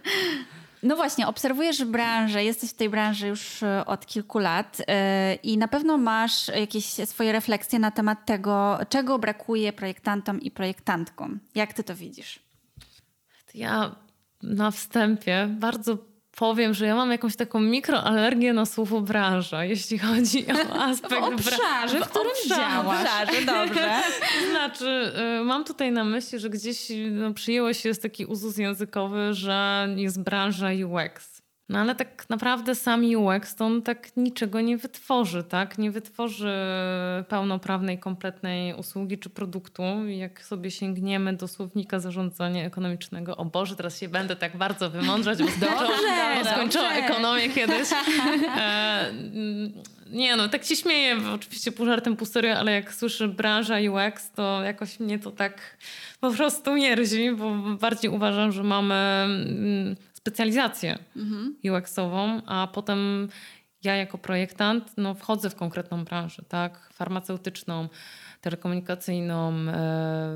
No właśnie, obserwujesz branżę, jesteś w tej branży już od kilku lat yy, i na pewno masz jakieś swoje refleksje na temat tego, czego brakuje projektantom i projektantkom. Jak ty to widzisz? Ja na wstępie bardzo powiem, że ja mam jakąś taką mikroalergię na słowo branża, jeśli chodzi o aspekt... W obszarze, w, w którym działasz. W obszarze, dobrze. Znaczy, y, mam tutaj na myśli, że gdzieś no, przyjęło się jest taki uzus językowy, że jest branża U X. No ale tak naprawdę sam U X to on tak niczego nie wytworzy, tak? Nie wytworzy pełnoprawnej, kompletnej usługi czy produktu. Jak sobie sięgniemy do słownika zarządzania ekonomicznego, o Boże, teraz się będę tak bardzo wymądrzać, bo skończyłam, skończyłam ekonomię kiedyś. E, nie no, tak się śmieję, oczywiście pół żartem, pół serio, ale jak słyszę branża U X, to jakoś mnie to tak po prostu mierzi, bo bardziej uważam, że mamy... Mm, specjalizację mhm. U X-ową, a potem ja jako projektant no, wchodzę w konkretną branżę, tak? Farmaceutyczną, telekomunikacyjną, e,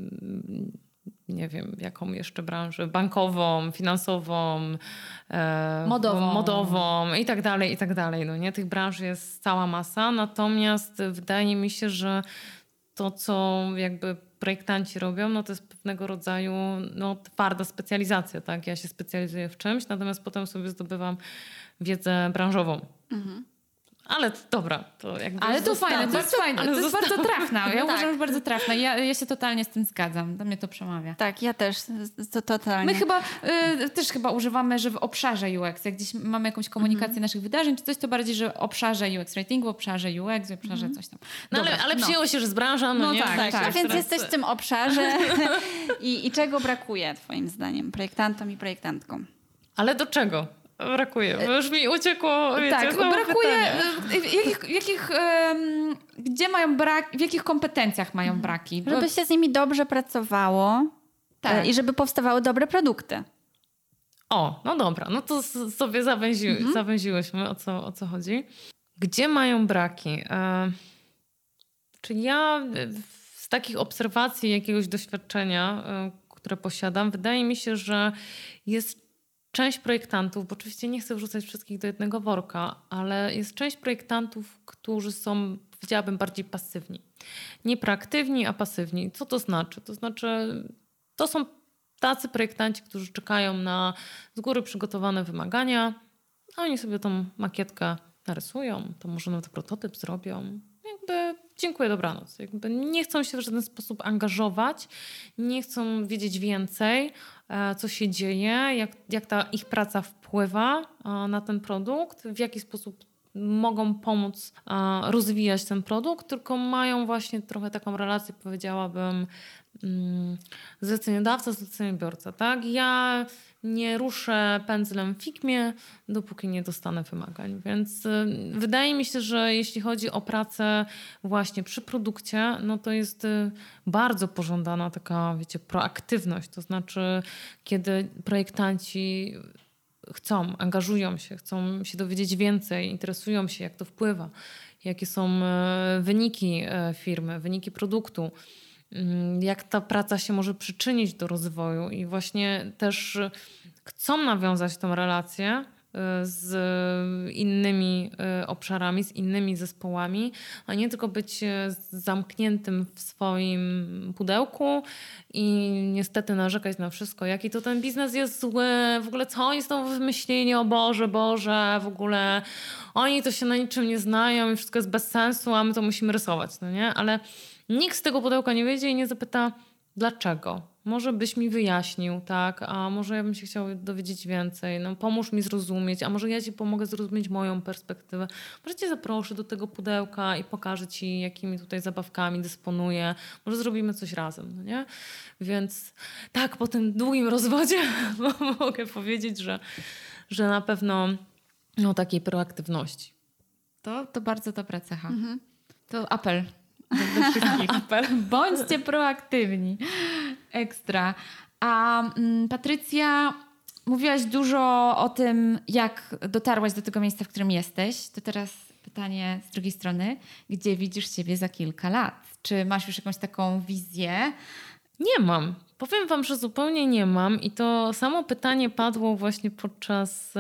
nie wiem, jaką jeszcze branżę, bankową, finansową, e, modową. modową i tak dalej, i tak dalej. No, nie? Tych branż jest cała masa, natomiast wydaje mi się, że to, co jakby projektanci robią, no to jest pewnego rodzaju no, twarda specjalizacja. Tak? Ja się specjalizuję w czymś, natomiast potem sobie zdobywam wiedzę branżową. Mhm. Ale dobra, to jakby Ale to fajne, to jest fajne, to jest bardzo trafne. Ja tak. uważam, że bardzo trafne. Ja, ja się totalnie z tym zgadzam. Do mnie to przemawia. Tak, ja też. To totalnie. My chyba y, też chyba używamy, że w obszarze U X, jak gdzieś mamy jakąś komunikację mhm. naszych wydarzeń, czy coś, to bardziej, że w obszarze U X ratingu, w obszarze U X, w obszarze mhm. coś tam. No ale, ale przyjęło się, że z branżą, no, no nie? Tak, tak, tak. tak. A więc jesteś w tym obszarze I, i czego brakuje twoim zdaniem projektantom i projektantkom? Ale do czego? Brakuje, bo już mi uciekło. Wiecie, tak, brakuje. W jakich, jakich, um, gdzie mają brak, w jakich kompetencjach mają braki? Żeby się z nimi dobrze pracowało Tak. I żeby powstawały dobre produkty. O, no dobra, no to sobie zawęzi, mhm. zawęziłyśmy, o co, o co chodzi. Gdzie mają braki? E, czyli ja z takich obserwacji, jakiegoś doświadczenia, e, które posiadam, wydaje mi się, że jest część projektantów, bo oczywiście nie chcę wrzucać wszystkich do jednego worka, ale jest część projektantów, którzy są, powiedziałabym, bardziej pasywni. Nie proaktywni, a pasywni. Co to znaczy? To znaczy, to są tacy projektanci, którzy czekają na z góry przygotowane wymagania, a oni sobie tą makietkę narysują, to może nawet prototyp zrobią. Jakby dziękuję, dobranoc. Jakby nie chcą się w żaden sposób angażować, nie chcą wiedzieć więcej, co się dzieje, jak, jak ta ich praca wpływa na ten produkt, w jaki sposób mogą pomóc rozwijać ten produkt, tylko mają właśnie trochę taką relację, powiedziałabym, zleceniodawca, zleceniobiorca. Tak? Ja nie ruszę pędzlem w Figmie, dopóki nie dostanę wymagań. Więc wydaje mi się, że jeśli chodzi o pracę właśnie przy produkcie, no to jest bardzo pożądana taka, wiecie, proaktywność. To znaczy, kiedy projektanci chcą, angażują się, chcą się dowiedzieć więcej, interesują się, jak to wpływa, jakie są wyniki firmy, wyniki produktu, jak ta praca się może przyczynić do rozwoju i właśnie też chcą nawiązać tę relację z innymi obszarami, z innymi zespołami, a nie tylko być zamkniętym w swoim pudełku i niestety narzekać na wszystko, jaki to ten biznes jest zły, w ogóle co oni znowu wymyślili, o Boże, Boże, w ogóle oni to się na niczym nie znają i wszystko jest bez sensu, a my to musimy rysować, no nie? Ale nikt z tego pudełka nie wyjdzie i nie zapyta, dlaczego. Może byś mi wyjaśnił, tak? A może ja bym się chciał dowiedzieć więcej. No, pomóż mi zrozumieć, a może ja ci pomogę zrozumieć moją perspektywę. Może cię zaproszę do tego pudełka i pokażę ci, jakimi tutaj zabawkami dysponuję. Może zrobimy coś razem, no nie? Więc tak, po tym długim rozwodzie mogę powiedzieć, że, że na pewno no, takiej proaktywności. To, to bardzo dobra cecha. Mhm. To apel. Do wszystkich. Apel. Bądźcie proaktywni. Ekstra. A mm, Patrycja, mówiłaś dużo o tym, jak dotarłaś do tego miejsca, w którym jesteś. To teraz pytanie z drugiej strony. Gdzie widzisz siebie za kilka lat? Czy masz już jakąś taką wizję? Nie mam. Powiem wam, że zupełnie nie mam. I to samo pytanie padło właśnie podczas...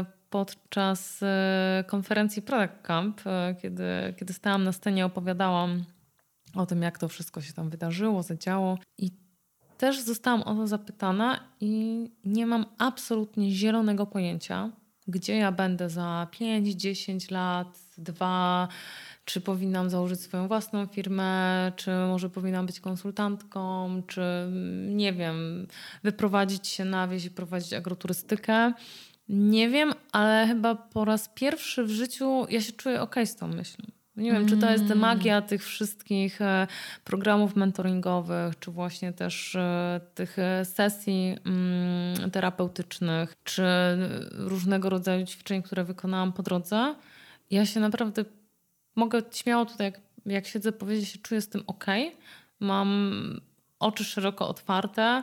podczas konferencji Product Camp, kiedy, kiedy stałam na scenie, opowiadałam o tym, jak to wszystko się tam wydarzyło, zadziało. I też zostałam o to zapytana i nie mam absolutnie zielonego pojęcia, gdzie ja będę za pięć, dziesięć lat, dwa, czy powinnam założyć swoją własną firmę, czy może powinnam być konsultantką, czy nie wiem, wyprowadzić się na wieś i prowadzić agroturystykę. Nie wiem, ale chyba po raz pierwszy w życiu ja się czuję okej z tą myślą. Nie wiem, mm. czy to jest magia tych wszystkich programów mentoringowych, czy właśnie też tych sesji mm, terapeutycznych, czy różnego rodzaju ćwiczeń, które wykonałam po drodze. Ja się naprawdę mogę śmiało tutaj, jak, jak siedzę, powiedzieć, się czuję z tym okej. Mam oczy szeroko otwarte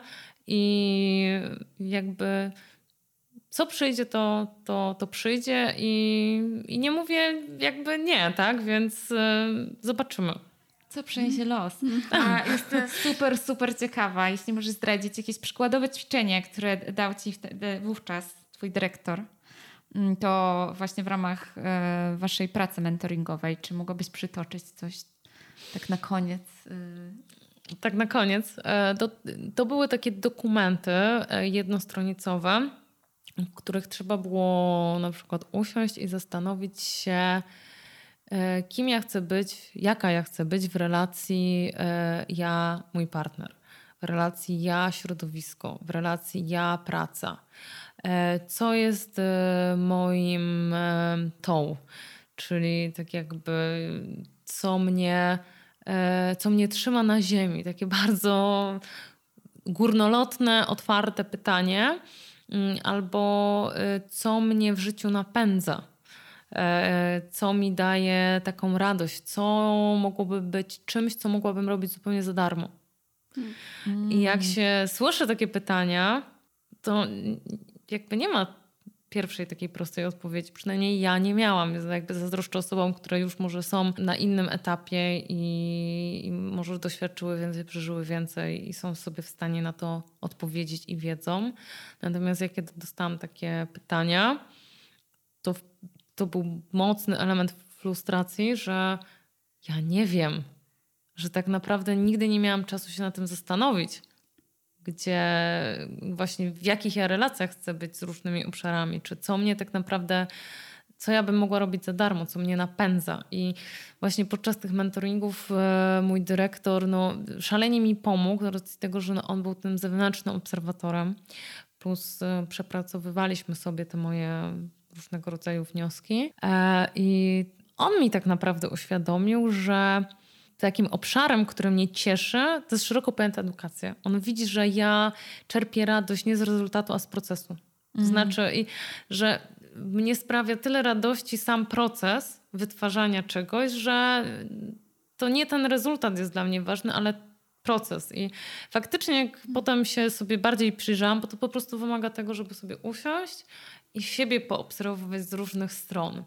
i jakby... Co przyjdzie, to, to, to przyjdzie i, i nie mówię jakby nie, tak? Więc y, zobaczymy. Co przyniesie los. A jestem super, super ciekawa, jeśli możesz zdradzić jakieś przykładowe ćwiczenie, które dał ci wtedy, wówczas twój dyrektor, to właśnie w ramach y, waszej pracy mentoringowej. Czy mogłabyś przytoczyć coś tak na koniec? Y... Tak na koniec. To, to były takie dokumenty jednostronicowe, w których trzeba było na przykład usiąść i zastanowić się, kim ja chcę być, jaka ja chcę być w relacji ja, mój partner, w relacji ja, środowisko, w relacji ja, praca. Co jest moim tą, czyli tak jakby co mnie, co mnie trzyma na ziemi. Takie bardzo górnolotne, otwarte pytanie. Albo co mnie w życiu napędza, co mi daje taką radość, co mogłoby być czymś, co mogłabym robić zupełnie za darmo. Mm. I jak się słyszy takie pytania, to jakby nie ma pierwszej takiej prostej odpowiedzi. Przynajmniej ja nie miałam. Jakby zazdroszczę osobom, które już może są na innym etapie i, i może doświadczyły więcej, przeżyły więcej i są sobie w stanie na to odpowiedzieć i wiedzą. Natomiast jak ja dostałam takie pytania, to, to był mocny element frustracji, że ja nie wiem, że tak naprawdę nigdy nie miałam czasu się na tym zastanowić, gdzie właśnie w jakich ja relacjach chcę być z różnymi obszarami, czy co mnie tak naprawdę, co ja bym mogła robić za darmo, co mnie napędza. I właśnie podczas tych mentoringów mój dyrektor no, szalenie mi pomógł z racji tego, że no, on był tym zewnętrznym obserwatorem, plus przepracowywaliśmy sobie te moje różnego rodzaju wnioski i on mi tak naprawdę uświadomił, że takim obszarem, który mnie cieszy, to jest szeroko pojęta edukacja. On widzi, że ja czerpię radość nie z rezultatu, a z procesu. To mm. znaczy, i, że mnie sprawia tyle radości sam proces wytwarzania czegoś, że to nie ten rezultat jest dla mnie ważny, ale proces. I faktycznie jak mm. potem się sobie bardziej przyjrzałam, bo to po prostu wymaga tego, żeby sobie usiąść i siebie poobserwować z różnych stron.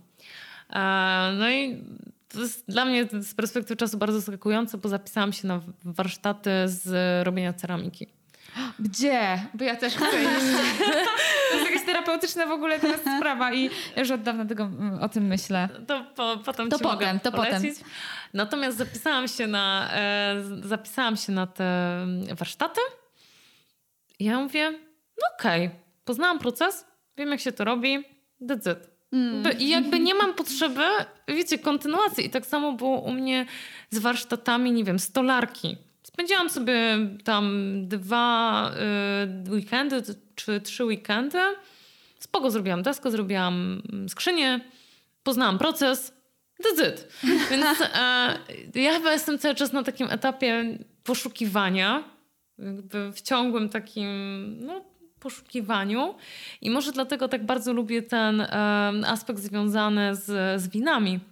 No i to jest dla mnie z perspektywy czasu bardzo zaskakujące, bo zapisałam się na warsztaty z robienia ceramiki. Gdzie? Bo ja też chcę iść. To jest jakaś terapeutyczna w ogóle teraz sprawa i ja już od dawna tego, o tym myślę. To po, potem to ci potem, mogę to polecić. potem. Natomiast zapisałam się na, e, zapisałam się na te warsztaty i ja mówię, no okej, okay, poznałam proces, wiem jak się to robi, that's it. Mm. I jakby nie mam potrzeby, wiecie, kontynuacji. I tak samo było u mnie z warsztatami, nie wiem, stolarki. Spędziłam sobie tam dwa y, weekendy, czy trzy weekendy. Spoko, zrobiłam deskę, zrobiłam skrzynię, poznałam proces. That's it. Więc e, ja chyba jestem cały czas na takim etapie poszukiwania. Jakby w ciągłym takim, no, poszukiwaniu i może dlatego tak bardzo lubię ten e, aspekt związany z, z winami,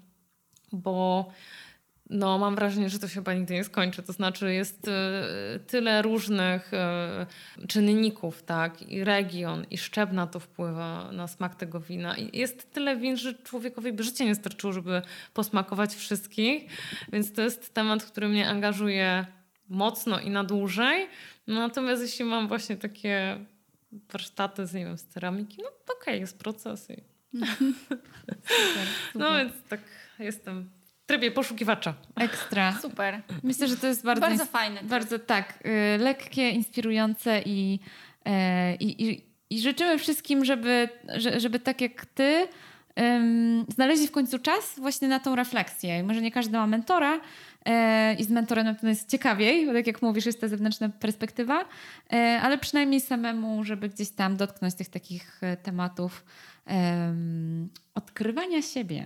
bo no, mam wrażenie, że to się chyba nigdy nie skończy. To znaczy jest e, tyle różnych e, czynników, tak? I region, i szczep na to wpływa, na smak tego wina. I jest tyle win, że człowiekowi by życie nie starczyło, żeby posmakować wszystkich. Więc to jest temat, który mnie angażuje mocno i na dłużej. Natomiast jeśli mam właśnie takie warsztaty z, nie wiem, z ceramiki, no okej, okay, jest proces. I... super, super. No więc tak jestem w trybie poszukiwacza. Ekstra. Super. Myślę, że to jest bardzo, bardzo fajne. Bardzo tak, y, lekkie, inspirujące i, y, i, i życzymy wszystkim, żeby, żeby tak jak ty ym, znaleźli w końcu czas właśnie na tą refleksję. Może nie każdy ma mentora, i z mentorem na pewno jest ciekawiej, bo tak jak mówisz, jest ta zewnętrzna perspektywa, ale przynajmniej samemu, żeby gdzieś tam dotknąć tych takich tematów um, odkrywania siebie.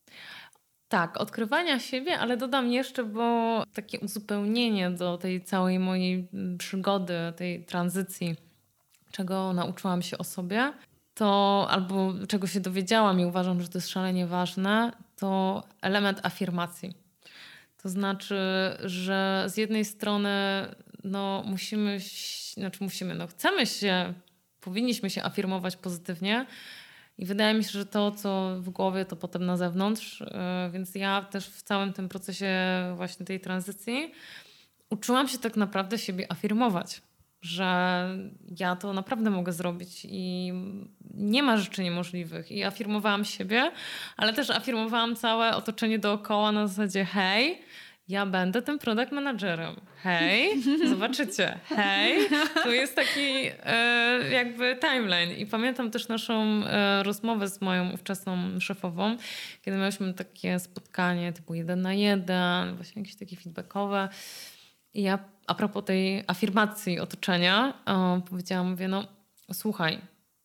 Tak, odkrywania siebie, ale dodam jeszcze, bo takie uzupełnienie do tej całej mojej przygody, tej tranzycji, czego nauczyłam się o sobie, to albo czego się dowiedziałam i uważam, że to jest szalenie ważne, to element afirmacji. To znaczy, że z jednej strony no, musimy, znaczy musimy, no, chcemy się, powinniśmy się afirmować pozytywnie i wydaje mi się, że to, co w głowie, to potem na zewnątrz. Więc ja też w całym tym procesie właśnie tej tranzycji uczyłam się tak naprawdę siebie afirmować, że ja to naprawdę mogę zrobić i nie ma rzeczy niemożliwych. I afirmowałam siebie, ale też afirmowałam całe otoczenie dookoła na zasadzie hej, ja będę tym product managerem. Hej, zobaczycie. Hej, tu jest taki e, jakby timeline. I pamiętam też naszą e, rozmowę z moją ówczesną szefową, kiedy mieliśmy takie spotkanie typu jeden na jeden, właśnie jakieś takie feedbackowe. I ja a propos tej afirmacji otoczenia o, powiedziałam, mówię, no słuchaj,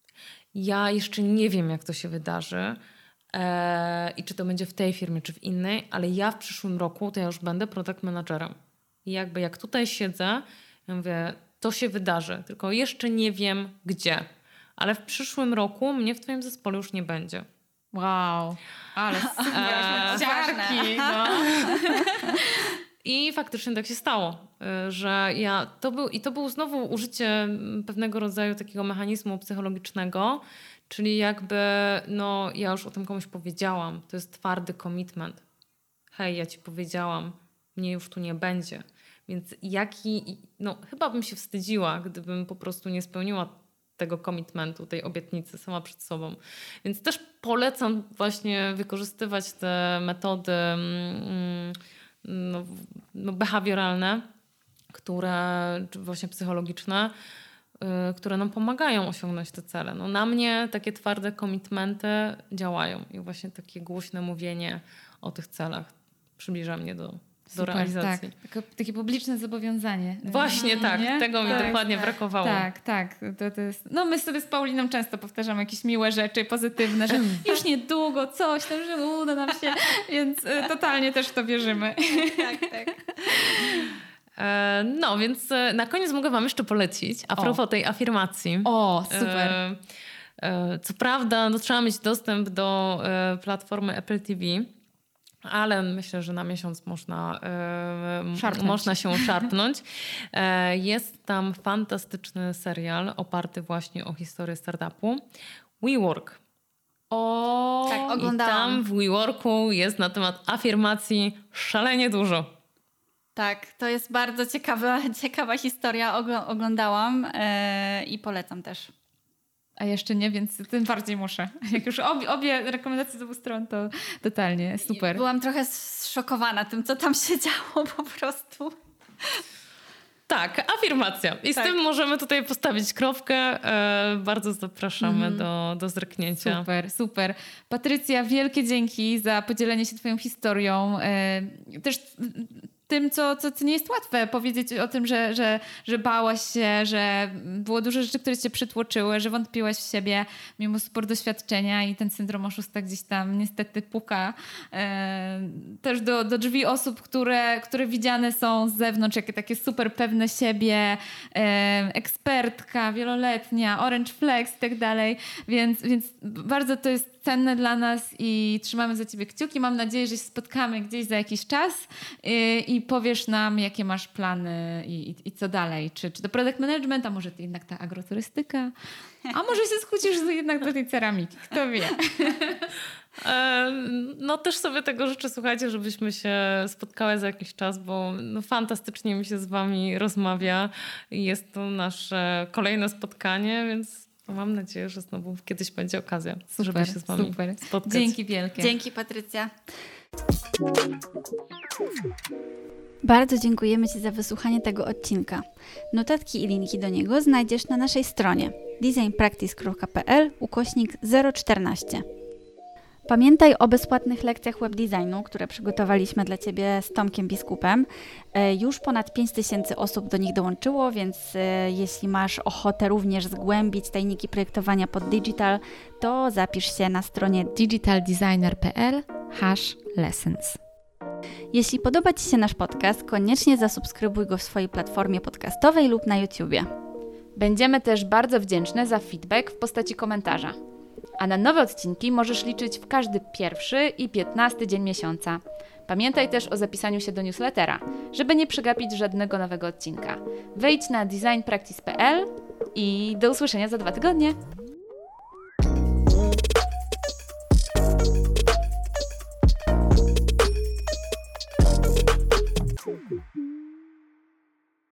ja jeszcze nie wiem, jak to się wydarzy e, i czy to będzie w tej firmie, czy w innej, ale ja w przyszłym roku to ja już będę product managerem. I jakby jak tutaj siedzę, ja mówię, to się wydarzy, tylko jeszcze nie wiem gdzie, ale w przyszłym roku mnie w twoim zespole już nie będzie. Wow, ale super, e, no. I faktycznie tak się stało, że ja, to był, i to było znowu użycie pewnego rodzaju takiego mechanizmu psychologicznego, czyli jakby, no ja już o tym komuś powiedziałam, to jest twardy commitment. Hej, ja ci powiedziałam, mnie już tu nie będzie. Więc jaki, no chyba bym się wstydziła, gdybym po prostu nie spełniła tego commitmentu, tej obietnicy sama przed sobą. Więc też polecam właśnie wykorzystywać te metody mm, no, no behawioralne, które, czy właśnie psychologiczne, yy, które nam pomagają osiągnąć te cele. No, na mnie takie twarde commitmenty działają i właśnie takie głośne mówienie o tych celach przybliża mnie do do Super, realizacji. Tak. Takie, takie publiczne zobowiązanie. Właśnie tak, nie? tego mi tak, dokładnie tak. brakowało. Tak, tak. To, to jest... No my sobie z Pauliną często powtarzamy jakieś miłe rzeczy, pozytywne, że już niedługo coś tam, że uda nam się, więc y, totalnie też w to wierzymy. Tak, tak. E, no, więc na koniec mogę wam jeszcze polecić a propos o. tej afirmacji. O, super. E, e, co prawda no, trzeba mieć dostęp do e, platformy Apple T V, ale myślę, że na miesiąc można, e, można się szarpnąć. E, jest tam fantastyczny serial oparty właśnie o historię startupu WeWork. O, tak, oglądałam. I tam w WeWorku jest na temat afirmacji szalenie dużo. Tak, to jest bardzo ciekawa, ciekawa historia. Oglądałam e, i polecam też. A jeszcze nie, więc tym bardziej muszę. Jak już obie, obie rekomendacje z obu stron, to totalnie super. Byłam trochę zszokowana tym, co tam się działo po prostu. Tak, afirmacja. I tak. z tym możemy tutaj postawić kropkę. E, bardzo zapraszamy mm. do, do zerknięcia. Super, super. Patrycja, wielkie dzięki za podzielenie się twoją historią. E, też tym, co, co, co nie jest łatwe, powiedzieć o tym, że, że, że bałaś się, że było dużo rzeczy, które cię przytłoczyły, że wątpiłaś w siebie mimo sporo doświadczenia i ten syndrom oszusta gdzieś tam niestety puka e, też do, do drzwi osób, które, które widziane są z zewnątrz, jakie takie super pewne siebie, e, ekspertka wieloletnia, Orange Flex i tak dalej, więc, więc bardzo to jest cenne dla nas i trzymamy za ciebie kciuki. Mam nadzieję, że się spotkamy gdzieś za jakiś czas i, i powiesz nam, jakie masz plany i, i, i co dalej. Czy, czy to product management, a może to jednak ta agroturystyka, a może się skłócisz jednak do tej ceramiki. Kto wie. No też sobie tego życzę, słuchajcie, żebyśmy się spotkały za jakiś czas, bo no, fantastycznie mi się z wami rozmawia i jest to nasze kolejne spotkanie, więc mam nadzieję, że znowu kiedyś będzie okazja, super, żeby się z wami super. spotkać. Dzięki wielkie. Dzięki, Patrycja. Bardzo dziękujemy ci za wysłuchanie tego odcinka. Notatki i linki do niego znajdziesz na naszej stronie designpractice.pl ukośnik zero czternaście. Pamiętaj o bezpłatnych lekcjach webdesignu, które przygotowaliśmy dla ciebie z Tomkiem Biskupem. Już ponad pięć tysięcy osób do nich dołączyło, więc jeśli masz ochotę również zgłębić tajniki projektowania pod digital, to zapisz się na stronie digitaldesigner.pl hash lessons. Jeśli podoba ci się nasz podcast, koniecznie zasubskrybuj go w swojej platformie podcastowej lub na YouTubie. Będziemy też bardzo wdzięczne za feedback w postaci komentarza. A na nowe odcinki możesz liczyć w każdy pierwszy i piętnasty dzień miesiąca. Pamiętaj też o zapisaniu się do newslettera, żeby nie przegapić żadnego nowego odcinka. Wejdź na designpractice kropka p l i do usłyszenia za dwa tygodnie.